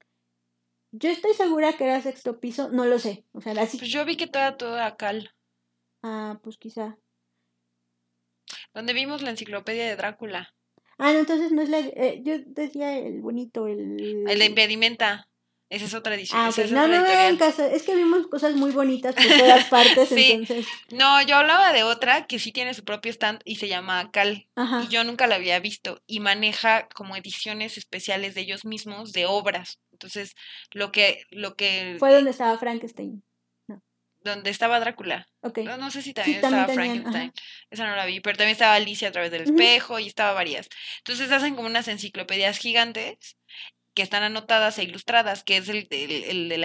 Yo estoy segura que era Sexto Piso, no lo sé, o sea, así. Pues yo vi que todo era Cal. Ah, pues quizá. Donde vimos la enciclopedia de Drácula. Ah, no, entonces no es la... yo decía el bonito, el de Impedimenta. Esa es otra edición. Ah, ok. No en casa. Es que vimos cosas muy bonitas por todas partes, sí. Entonces... No, yo hablaba de otra que sí tiene su propio stand y se llama Cal. Ajá. Y yo nunca la había visto. Y maneja como ediciones especiales de ellos mismos de obras. Entonces, lo que... Fue donde estaba Frankenstein. No. Donde estaba Drácula. Okay. No sé si también estaba Frankenstein. Esa no la vi, pero también estaba Alicia a través del espejo y estaba varias. Entonces hacen como unas enciclopedias gigantes que están anotadas e ilustradas, que es el de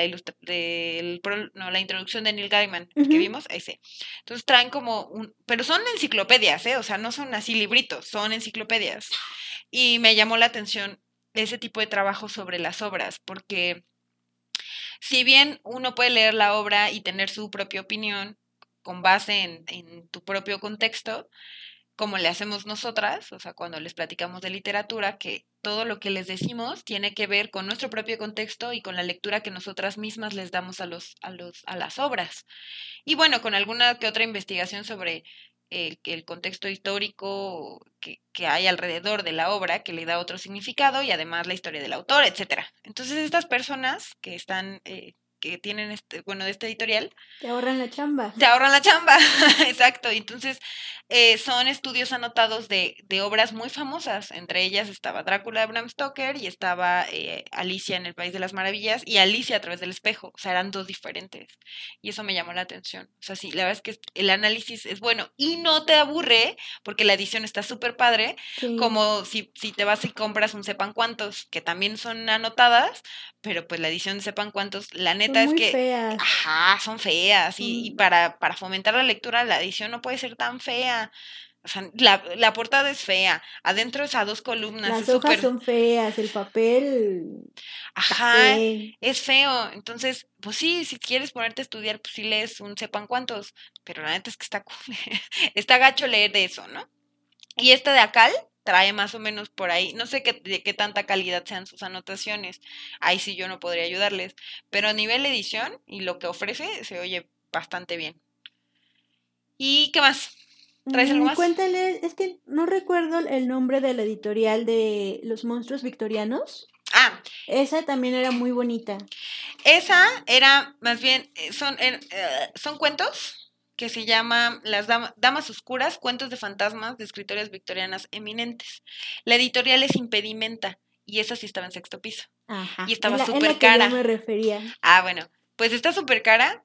la introducción de Neil Gaiman, que vimos, ese. Entonces traen como pero son enciclopedias, o sea, no son así libritos, son enciclopedias. Y me llamó la atención ese tipo de trabajo sobre las obras, porque si bien uno puede leer la obra y tener su propia opinión con base en tu propio contexto, como le hacemos nosotras, o sea, cuando les platicamos de literatura, que todo lo que les decimos tiene que ver con nuestro propio contexto y con la lectura que nosotras mismas les damos a las obras. Y bueno, con alguna que otra investigación sobre el contexto histórico que hay alrededor de la obra, que le da otro significado, y además la historia del autor, etcétera. Entonces, estas personas que están que tienen de esta editorial. Te ahorran la chamba. Te ahorran la chamba, exacto. Entonces, son estudios anotados de obras muy famosas. Entre ellas estaba Drácula de Bram Stoker y estaba Alicia en el País de las Maravillas y Alicia a través del espejo. O sea, eran dos diferentes. Y eso me llamó la atención. O sea, sí, la verdad es que el análisis es bueno y no te aburre porque la edición está súper padre. Sí. Como si te vas y compras un sepan cuántos, que también son anotadas, pero pues la edición de sepan cuántos, la neta Son es muy que... feas. Ajá, son feas. Y para fomentar la lectura, la edición no puede ser tan fea. O sea, la portada es fea. Adentro es a 2 columnas. Las es hojas súper... son feas, el papel... Ajá, café. es feo. Entonces, pues sí, si quieres ponerte a estudiar, pues sí lees un sepan cuántos. Pero la neta es que está está gacho leer de eso, ¿no? Y esta de Acal trae más o menos por ahí, no sé de qué tanta calidad sean sus anotaciones, ahí sí yo no podría ayudarles, pero a nivel edición y lo que ofrece se oye bastante bien. ¿Y qué más? ¿Traes algo más? Cuéntale, es que no recuerdo el nombre de la editorial de Los Monstruos Victorianos. Ah, esa también era muy bonita. Esa era más bien, son cuentos que se llaman Las Damas Oscuras, cuentos de fantasmas de escritoras victorianas eminentes. La editorial es Impedimenta y esa sí estaba en 6º piso. Ajá. Y estaba súper súper cara. Yo me refería. Ah, bueno, pues está súper cara,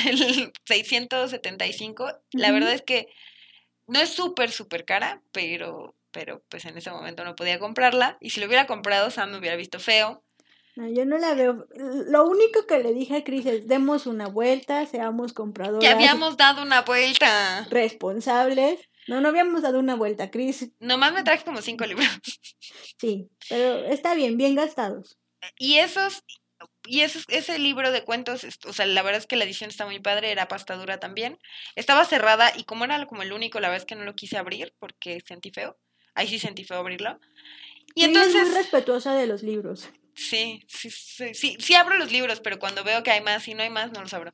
675. La verdad es que no es súper cara, pero pues en ese momento no podía comprarla. Y si lo hubiera comprado, Sam me hubiera visto feo. No, yo no la veo. Lo único que le dije a Cris es, demos una vuelta, seamos compradoras. Ya habíamos dado una vuelta. Responsables. No habíamos dado una vuelta, Cris. Nomás me traje como 5 libros. Sí, pero está bien gastados. Y ese libro de cuentos, o sea, la verdad es que la edición está muy padre, era pasta dura también. Estaba cerrada y como era como el único, la verdad es que no lo quise abrir porque sentí feo. Ahí sí sentí feo abrirlo. Y entonces... es muy respetuosa de los libros. Sí abro los libros, pero cuando veo que hay más y no hay más, no los abro.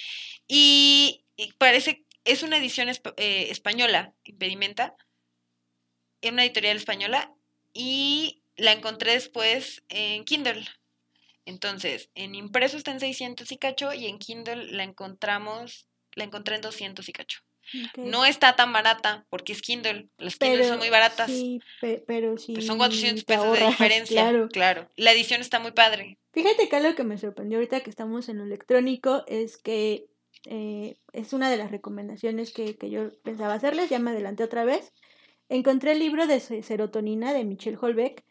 Y parece, es una edición española, Impedimenta, es una editorial española, y la encontré después en Kindle. Entonces, en impreso está en 600 y cacho, y en Kindle la encontré en 200 y cacho. Okay. No está tan barata, porque es Kindle. Las Kindle son muy baratas. Sí, pero sí. Pues son 400 pesos de diferencia. Claro. La edición está muy padre. Fíjate que algo que me sorprendió ahorita que estamos en lo electrónico es que es una de las recomendaciones que yo pensaba hacerles, ya me adelanté otra vez. Encontré el libro de Serotonina de Michel Houellebecq.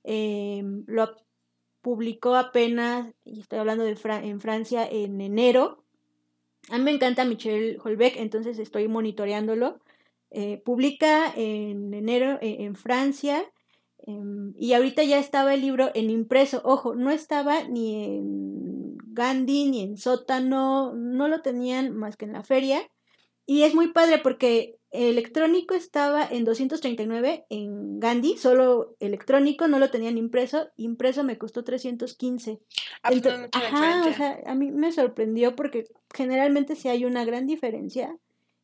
Lo publicó apenas, y estoy hablando en Francia, en enero. A mí me encanta Michel Houellebecq, entonces estoy monitoreándolo. Publica en enero en Francia, y ahorita ya estaba el libro en impreso. Ojo, no estaba ni en Gandhi ni en Sótano, no lo tenían más que en la feria. Y es muy padre porque electrónico estaba en 239 en Gandhi, solo electrónico, no lo tenían impreso. Impreso me costó 315. Ajá, o sea, a mí me sorprendió porque generalmente sí hay una gran diferencia.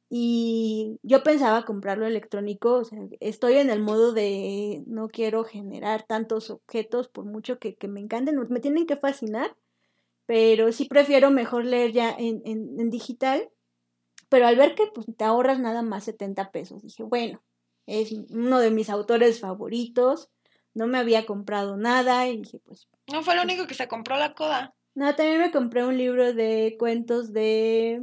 Y yo pensaba comprarlo electrónico, o sea, estoy en el modo de no quiero generar tantos objetos por mucho que me encanten, me tienen que fascinar, pero sí prefiero mejor leer ya en digital. Pero al ver que pues, te ahorras nada más 70 pesos, dije, bueno, es uno de mis autores favoritos, no me había comprado nada y dije, pues... No fue lo único que se compró la coda. No, también me compré un libro de cuentos de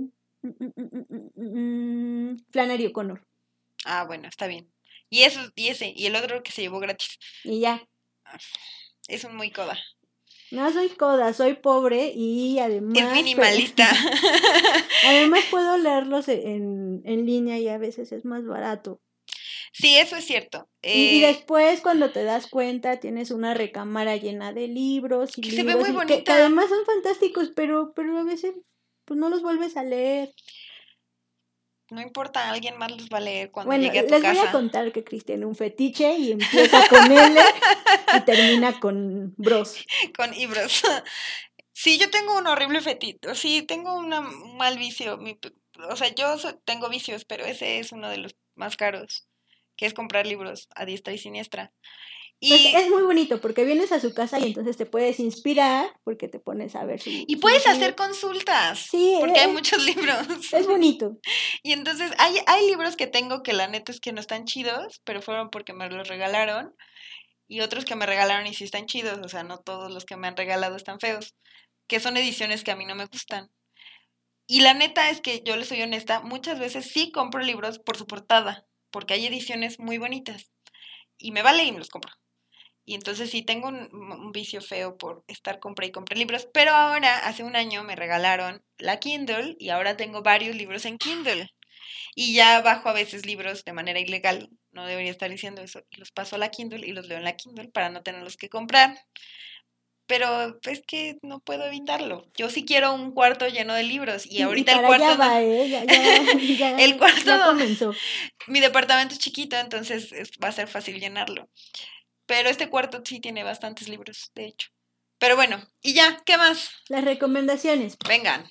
Flannery O'Connor. Ah, bueno, está bien. Y ese, y el otro que se llevó gratis. Y ya. Es un muy coda. No soy coda, soy pobre y además... Es minimalista. Además puedo leerlos en línea y a veces es más barato. Sí, eso es cierto. Y después cuando te das cuenta tienes una recámara llena de libros y que libros se ve muy bonita. Que además son fantásticos, pero a veces pues no los vuelves a leer. No importa, alguien más los va a leer cuando llegue a tu casa. Les voy a contar que Cris tiene un fetiche y empieza con L y termina con Bros. Con Ibros. Sí, yo tengo un horrible fetiche. Sí, tengo un mal vicio. O sea, yo tengo vicios, pero ese es uno de los más caros, que es comprar libros a diestra y siniestra. Pues es muy bonito porque vienes a su casa y entonces te puedes inspirar porque te pones a ver su... Y puedes hacer consultas. Sí, porque hay muchos libros. Es bonito. Y entonces hay libros que tengo que la neta es que no están chidos, pero fueron porque me los regalaron. Y otros que me regalaron y sí están chidos. O sea, no todos los que me han regalado están feos. Que son ediciones que a mí no me gustan. Y la neta es que yo les soy honesta, muchas veces sí compro libros por su portada. Porque hay ediciones muy bonitas. Y me vale y me los compro. Y entonces sí tengo un vicio feo por estar compré y compré libros, pero ahora, hace un año, me regalaron la Kindle y ahora tengo varios libros en Kindle. Y ya bajo a veces libros de manera ilegal, no debería estar diciendo eso, y los paso a la Kindle y los leo en la Kindle para no tenerlos que comprar. Pero es que no puedo evitarlo. Yo sí quiero un cuarto lleno de libros y ahorita y el cuarto... allá va, ya, el cuarto ya comenzó. Mi departamento es chiquito, entonces va a ser fácil llenarlo. Pero este cuarto sí tiene bastantes libros, de hecho. Pero bueno, y ya, ¿qué más? Las recomendaciones. Vengan.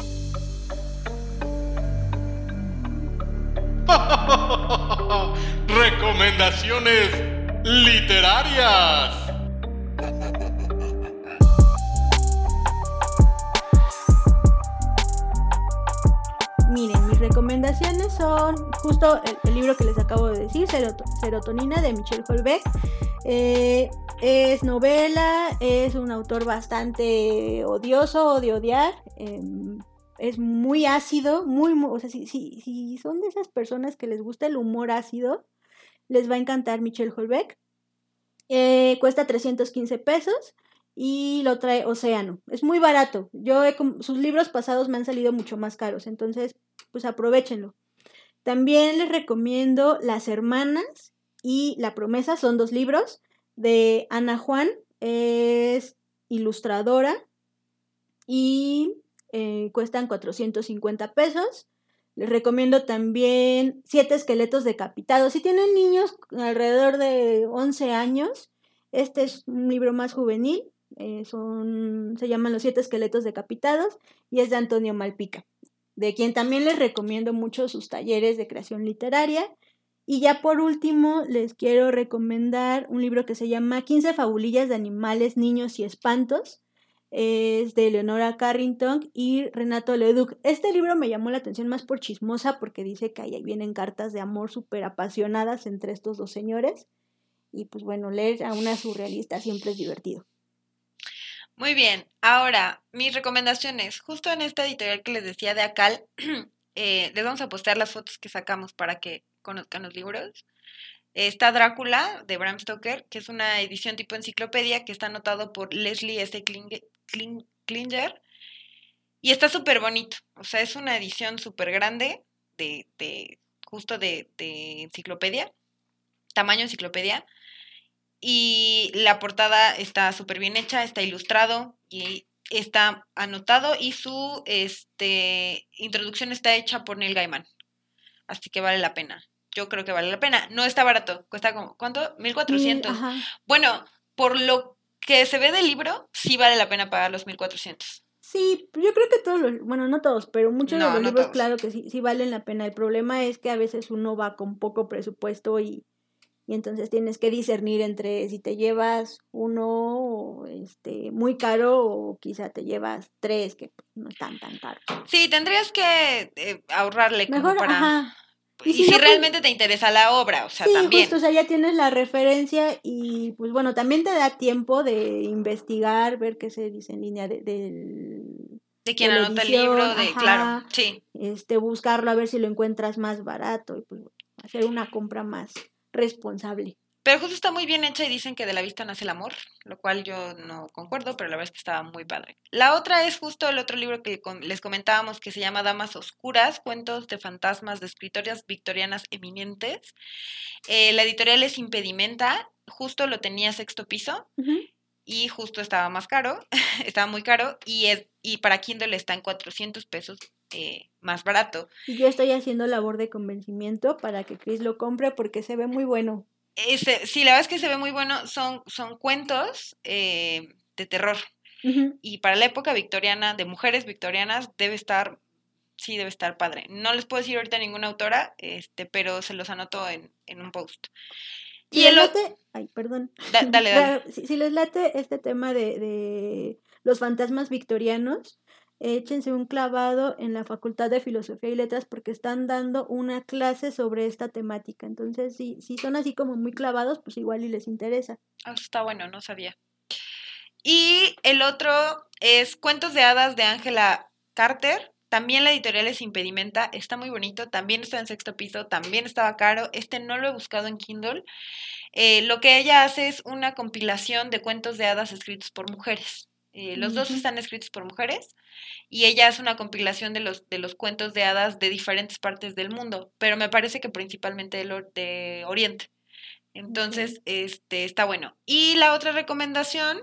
Recomendaciones literarias. Miren, mis recomendaciones son justo el libro que les acabo de decir, Serotonina, de Michel Houellebecq. Es novela, es un autor bastante odioso, de odiar, es muy ácido, o sea, si son de esas personas que les gusta el humor ácido, les va a encantar Michel Houellebecq. Cuesta 315 pesos y lo trae Océano. Es muy barato. Sus libros pasados me han salido mucho más caros, entonces pues aprovechenlo. También les recomiendo Las Hermanas y La Promesa, son 2 libros de Ana Juan, es ilustradora y cuestan 450 pesos. Les recomiendo también 7 esqueletos decapitados. Si tienen niños alrededor de 11 años, este es un libro más juvenil. Se llaman Los 7 esqueletos decapitados y es de Antonio Malpica, de quien también les recomiendo mucho sus talleres de creación literaria. Y ya por último les quiero recomendar un libro que se llama 15 fabulillas de animales, niños y espantos. Es de Eleonora Carrington y Renato Leduc. Este libro me llamó la atención más por chismosa porque dice que ahí vienen cartas de amor súper apasionadas entre estos 2 señores. Y pues bueno, leer a una surrealista siempre es divertido. Muy bien, ahora mis recomendaciones. Justo en esta editorial que les decía de Acal, les vamos a postear las fotos que sacamos para que conozcan los libros. Está Drácula, de Bram Stoker, que es una edición tipo enciclopedia que está anotado por Leslie S. Klinger. Y está súper bonito. O sea, es una edición súper grande justo de enciclopedia, tamaño enciclopedia. Y la portada está súper bien hecha, está ilustrado y está anotado y su introducción está hecha por Neil Gaiman. Así que vale la pena. Yo creo que vale la pena. No está barato. Cuesta como, ¿cuánto? 1,400. Bueno, por lo que se ve del libro, sí vale la pena pagar los 1,400. Sí, yo creo que no todos, pero muchos de los libros, todos. Claro que sí valen la pena. El problema es que a veces uno va con poco presupuesto y entonces tienes que discernir entre si te llevas uno muy caro o quizá te llevas 3 que no están tan caros. Sí, tendrías que ahorrarle mejor, como para... Ajá. Y si no, realmente te interesa la obra, o sea, sí, también. Justo, o sea, ya tienes la referencia y pues bueno, también te da tiempo de investigar, ver qué se dice en línea de quien anota el libro, claro, sí. Buscarlo a ver si lo encuentras más barato y pues hacer una compra más responsable. Pero justo está muy bien hecha y dicen que de la vista nace el amor, lo cual yo no concuerdo, pero la verdad es que estaba muy padre. La otra es justo el otro libro que les comentábamos que se llama Damas Oscuras, cuentos de fantasmas de escritoras victorianas eminentes. La editorial es Impedimenta, justo lo tenía Sexto Piso y justo estaba más caro, estaba muy caro y para Kindle está en 400 pesos. Más barato. Y yo estoy haciendo labor de convencimiento para que Chris lo compre porque se ve muy bueno. Sí, la verdad es que se ve muy bueno. Son cuentos de terror. Y para la época victoriana, de mujeres victorianas, debe estar padre. No les puedo decir ahorita ninguna autora, pero se los anoto en un post. Si Y les el late, ay, perdón. dale. Si les late este tema de los fantasmas victorianos, échense un clavado en la Facultad de Filosofía y Letras porque están dando una clase sobre esta temática. Entonces, si son así como muy clavados, pues igual y les interesa. Está bueno, no sabía. Y el otro es Cuentos de Hadas de Ángela Carter. También la editorial es Impedimenta. Está muy bonito. También está en 6º piso. También estaba caro. No lo he buscado en Kindle. Lo que ella hace es una compilación de cuentos de hadas escritos por mujeres. Los dos están escritos por mujeres y ella hace una compilación de los cuentos de hadas de diferentes partes del mundo, pero me parece que principalmente de Oriente. Entonces, está bueno. Y la otra recomendación,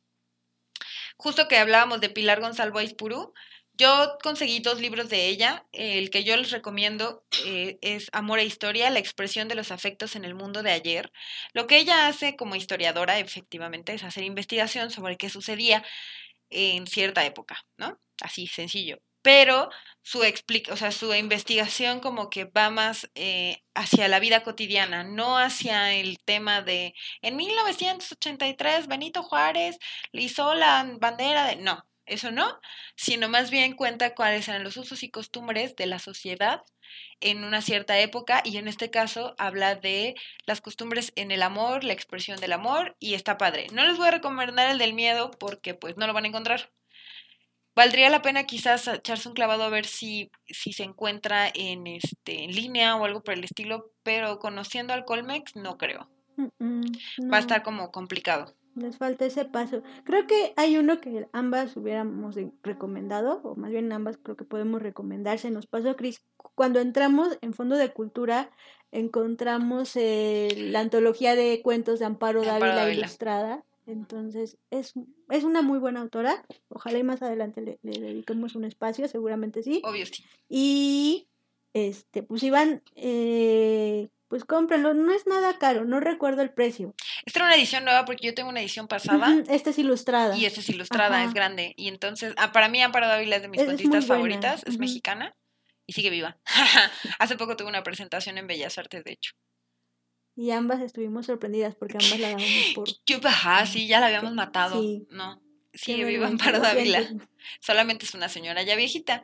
justo que hablábamos de Pilar González Aispurú, yo conseguí 2 libros de ella. El que yo les recomiendo es Amor e Historia, la expresión de los afectos en el mundo de ayer. Lo que ella hace como historiadora, efectivamente, es hacer investigación sobre qué sucedía en cierta época, ¿no? Así, sencillo. Pero su investigación como que va más hacia la vida cotidiana, no hacia el tema de en 1983 Benito Juárez le hizo la bandera de... No, eso no, sino más bien cuenta cuáles eran los usos y costumbres de la sociedad en una cierta época y en este caso habla de las costumbres en el amor, la expresión del amor y está padre. No les voy a recomendar el del miedo porque pues no lo van a encontrar. Valdría la pena quizás echarse un clavado a ver si se encuentra en línea o algo por el estilo, pero conociendo al Colmex no creo. No. Va a estar como complicado. Les falta ese paso. Creo que hay uno que ambas hubiéramos recomendado, o más bien ambas creo que podemos recomendar. Se nos pasó, Cris. Cuando entramos en Fondo de Cultura, encontramos la antología de cuentos de Amparo Dávila ilustrada. Entonces, es una muy buena autora. Ojalá y más adelante le dediquemos un espacio, seguramente sí. Obvio sí. Y, pues iban... pues cómprenlo, no es nada caro, no recuerdo el precio. Esta era una edición nueva porque yo tengo una edición pasada. Esta es ilustrada. Y esta es ilustrada, Ajá. Es grande. Y entonces, para mí Amparo Dávila es de mis cuentistas favoritas, es mexicana y sigue viva. Hace poco tuve una presentación en Bellas Artes, de hecho. Y ambas estuvimos sorprendidas porque ambas la dábamos por... Sí, ya la habíamos matado. Sí. No, sigue viva Amparo Dávila. Solamente es una señora ya viejita.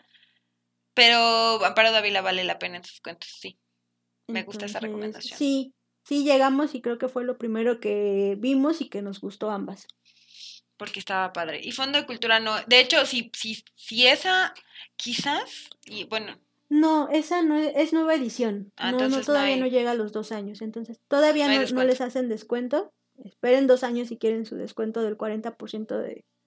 Pero Amparo Dávila vale la pena en sus cuentos, sí. Me gusta esa recomendación. Sí, llegamos y creo que fue lo primero que vimos y que nos gustó ambas. Porque estaba padre. Y Fondo de Cultura no. De hecho, si esa, quizás, y bueno. No, esa no es nueva edición. Todavía no llega a los 2 años. Entonces, todavía no les hacen descuento. Esperen 2 años si quieren su descuento del 40%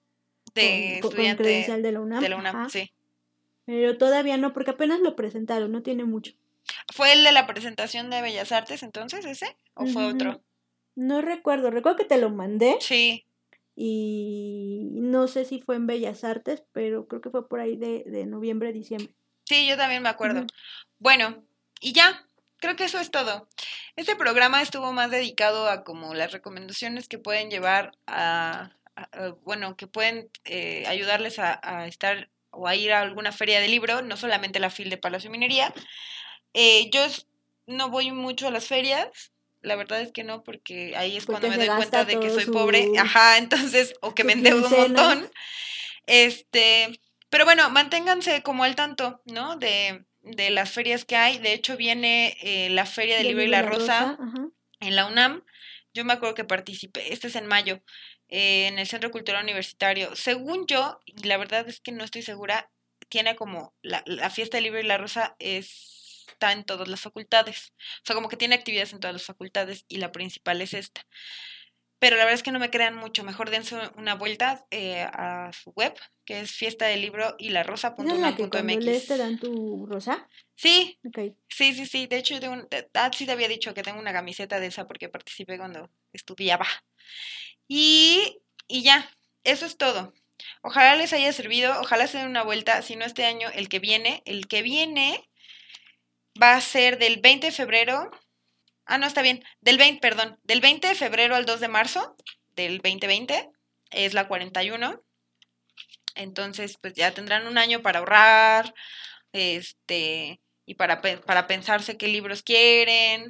con credencial de la UNAM. De la UNAM, sí. Pero todavía no, porque apenas lo presentaron, no tiene mucho. ¿Fue el de la presentación de Bellas Artes entonces ese? ¿O fue otro? No recuerdo que te lo mandé. Sí. Y no sé si fue en Bellas Artes, pero creo que fue por ahí de noviembre, diciembre. Sí, yo también me acuerdo. Bueno, y ya, creo que eso es todo. Este programa estuvo más dedicado a como las recomendaciones que pueden llevar que pueden ayudarles a estar o a ir a alguna feria de libro, no solamente la FIL de Palacio Minería. Yo no voy mucho a las ferias, la verdad es que no, porque ahí es cuando me doy cuenta de que soy pobre, entonces, o que me endeudo un montón. Pero bueno, manténganse como al tanto, ¿no? De las ferias que hay. De hecho, viene la Feria del Libro y la Rosa en la UNAM. Yo me acuerdo que participé, es en mayo, en el Centro Cultural Universitario. Según yo, y la verdad es que no estoy segura, tiene como la Fiesta del Libro y la Rosa está en todas las facultades. O sea, como que tiene actividades en todas las facultades y la principal es esta. Pero la verdad es que no me crean mucho. Mejor dense una vuelta a su web, que es fiestadelibroylarosa.unam.mx. ¿Es la que cuando lees te dan tu rosa? Sí. Okay. Sí. De hecho, sí te había dicho que tengo una camiseta de esa porque participé cuando estudiaba. Y ya, eso es todo. Ojalá les haya servido, ojalá se den una vuelta. Si no este año, el que viene va a ser del 20 de febrero... no, está bien. Del 20 de febrero al 2 de marzo del 2020 es la 41. Entonces, pues ya tendrán un año para ahorrar, y para pensarse qué libros quieren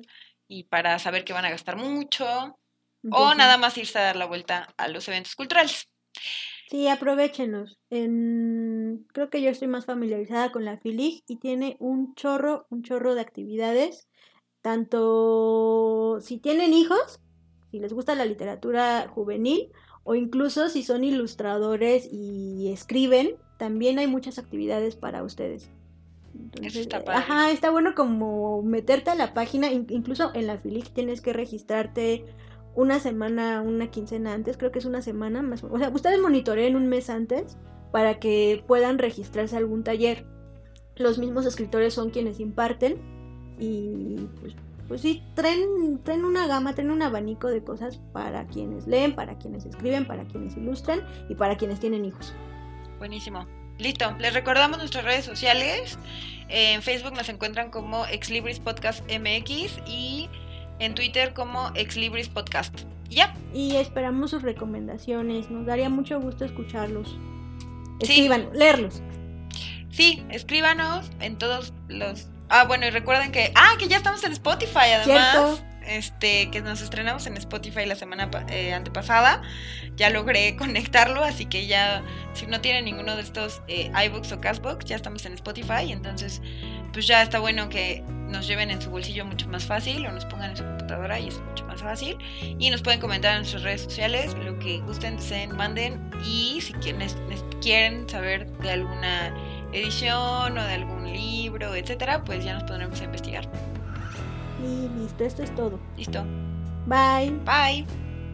y para saber que van a gastar mucho o Entonces, nada más irse a dar la vuelta a los eventos culturales. sí, aprovéchenlos. Creo que yo estoy más familiarizada con la FILIG y tiene un chorro de actividades. Tanto si tienen hijos, si les gusta la literatura juvenil, o incluso si son ilustradores y escriben, también hay muchas actividades para ustedes. Entonces, Eso está padre. ajá, está bueno como meterte a la página, incluso en la FILIG tienes que registrarte una semana, una quincena antes, creo que es una semana más. O sea, ustedes monitoreen un mes antes para que puedan registrarse a algún taller. Los mismos escritores son quienes imparten y pues sí, traen una gama, traen un abanico de cosas para quienes leen, para quienes escriben, para quienes ilustran y para quienes tienen hijos. Buenísimo. Listo, les recordamos nuestras redes sociales. En Facebook nos encuentran como Exlibris Podcast MX y en Twitter como Exlibris Podcast. ¿Y ya? Y esperamos sus recomendaciones, nos daría mucho gusto escucharlos. Sí. Escriban, leerlos. Sí, escríbanos en todos los... bueno, y recuerden que ya estamos en Spotify, además. Que nos estrenamos en Spotify la semana antepasada. Ya logré conectarlo, así que ya, si no tienen ninguno de estos iBooks o Castbox, ya estamos en Spotify. Entonces, pues ya está bueno que nos lleven en su bolsillo mucho más fácil o nos pongan en su computadora y es mucho más fácil. Y nos pueden comentar en nuestras redes sociales lo que gusten, deseen, manden. Y si quieren saber de alguna edición o de algún libro, etcétera, pues ya nos pondremos a investigar. Y listo, esto es todo. Listo. Bye. Bye.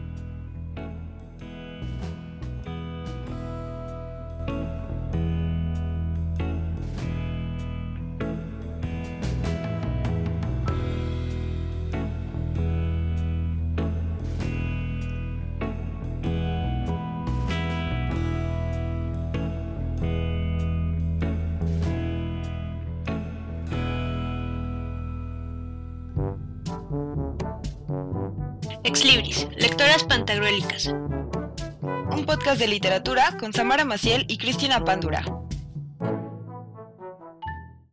Exlibris, lectoras pantagruélicas. Un podcast de literatura con Samara Maciel y Cristina Pándura.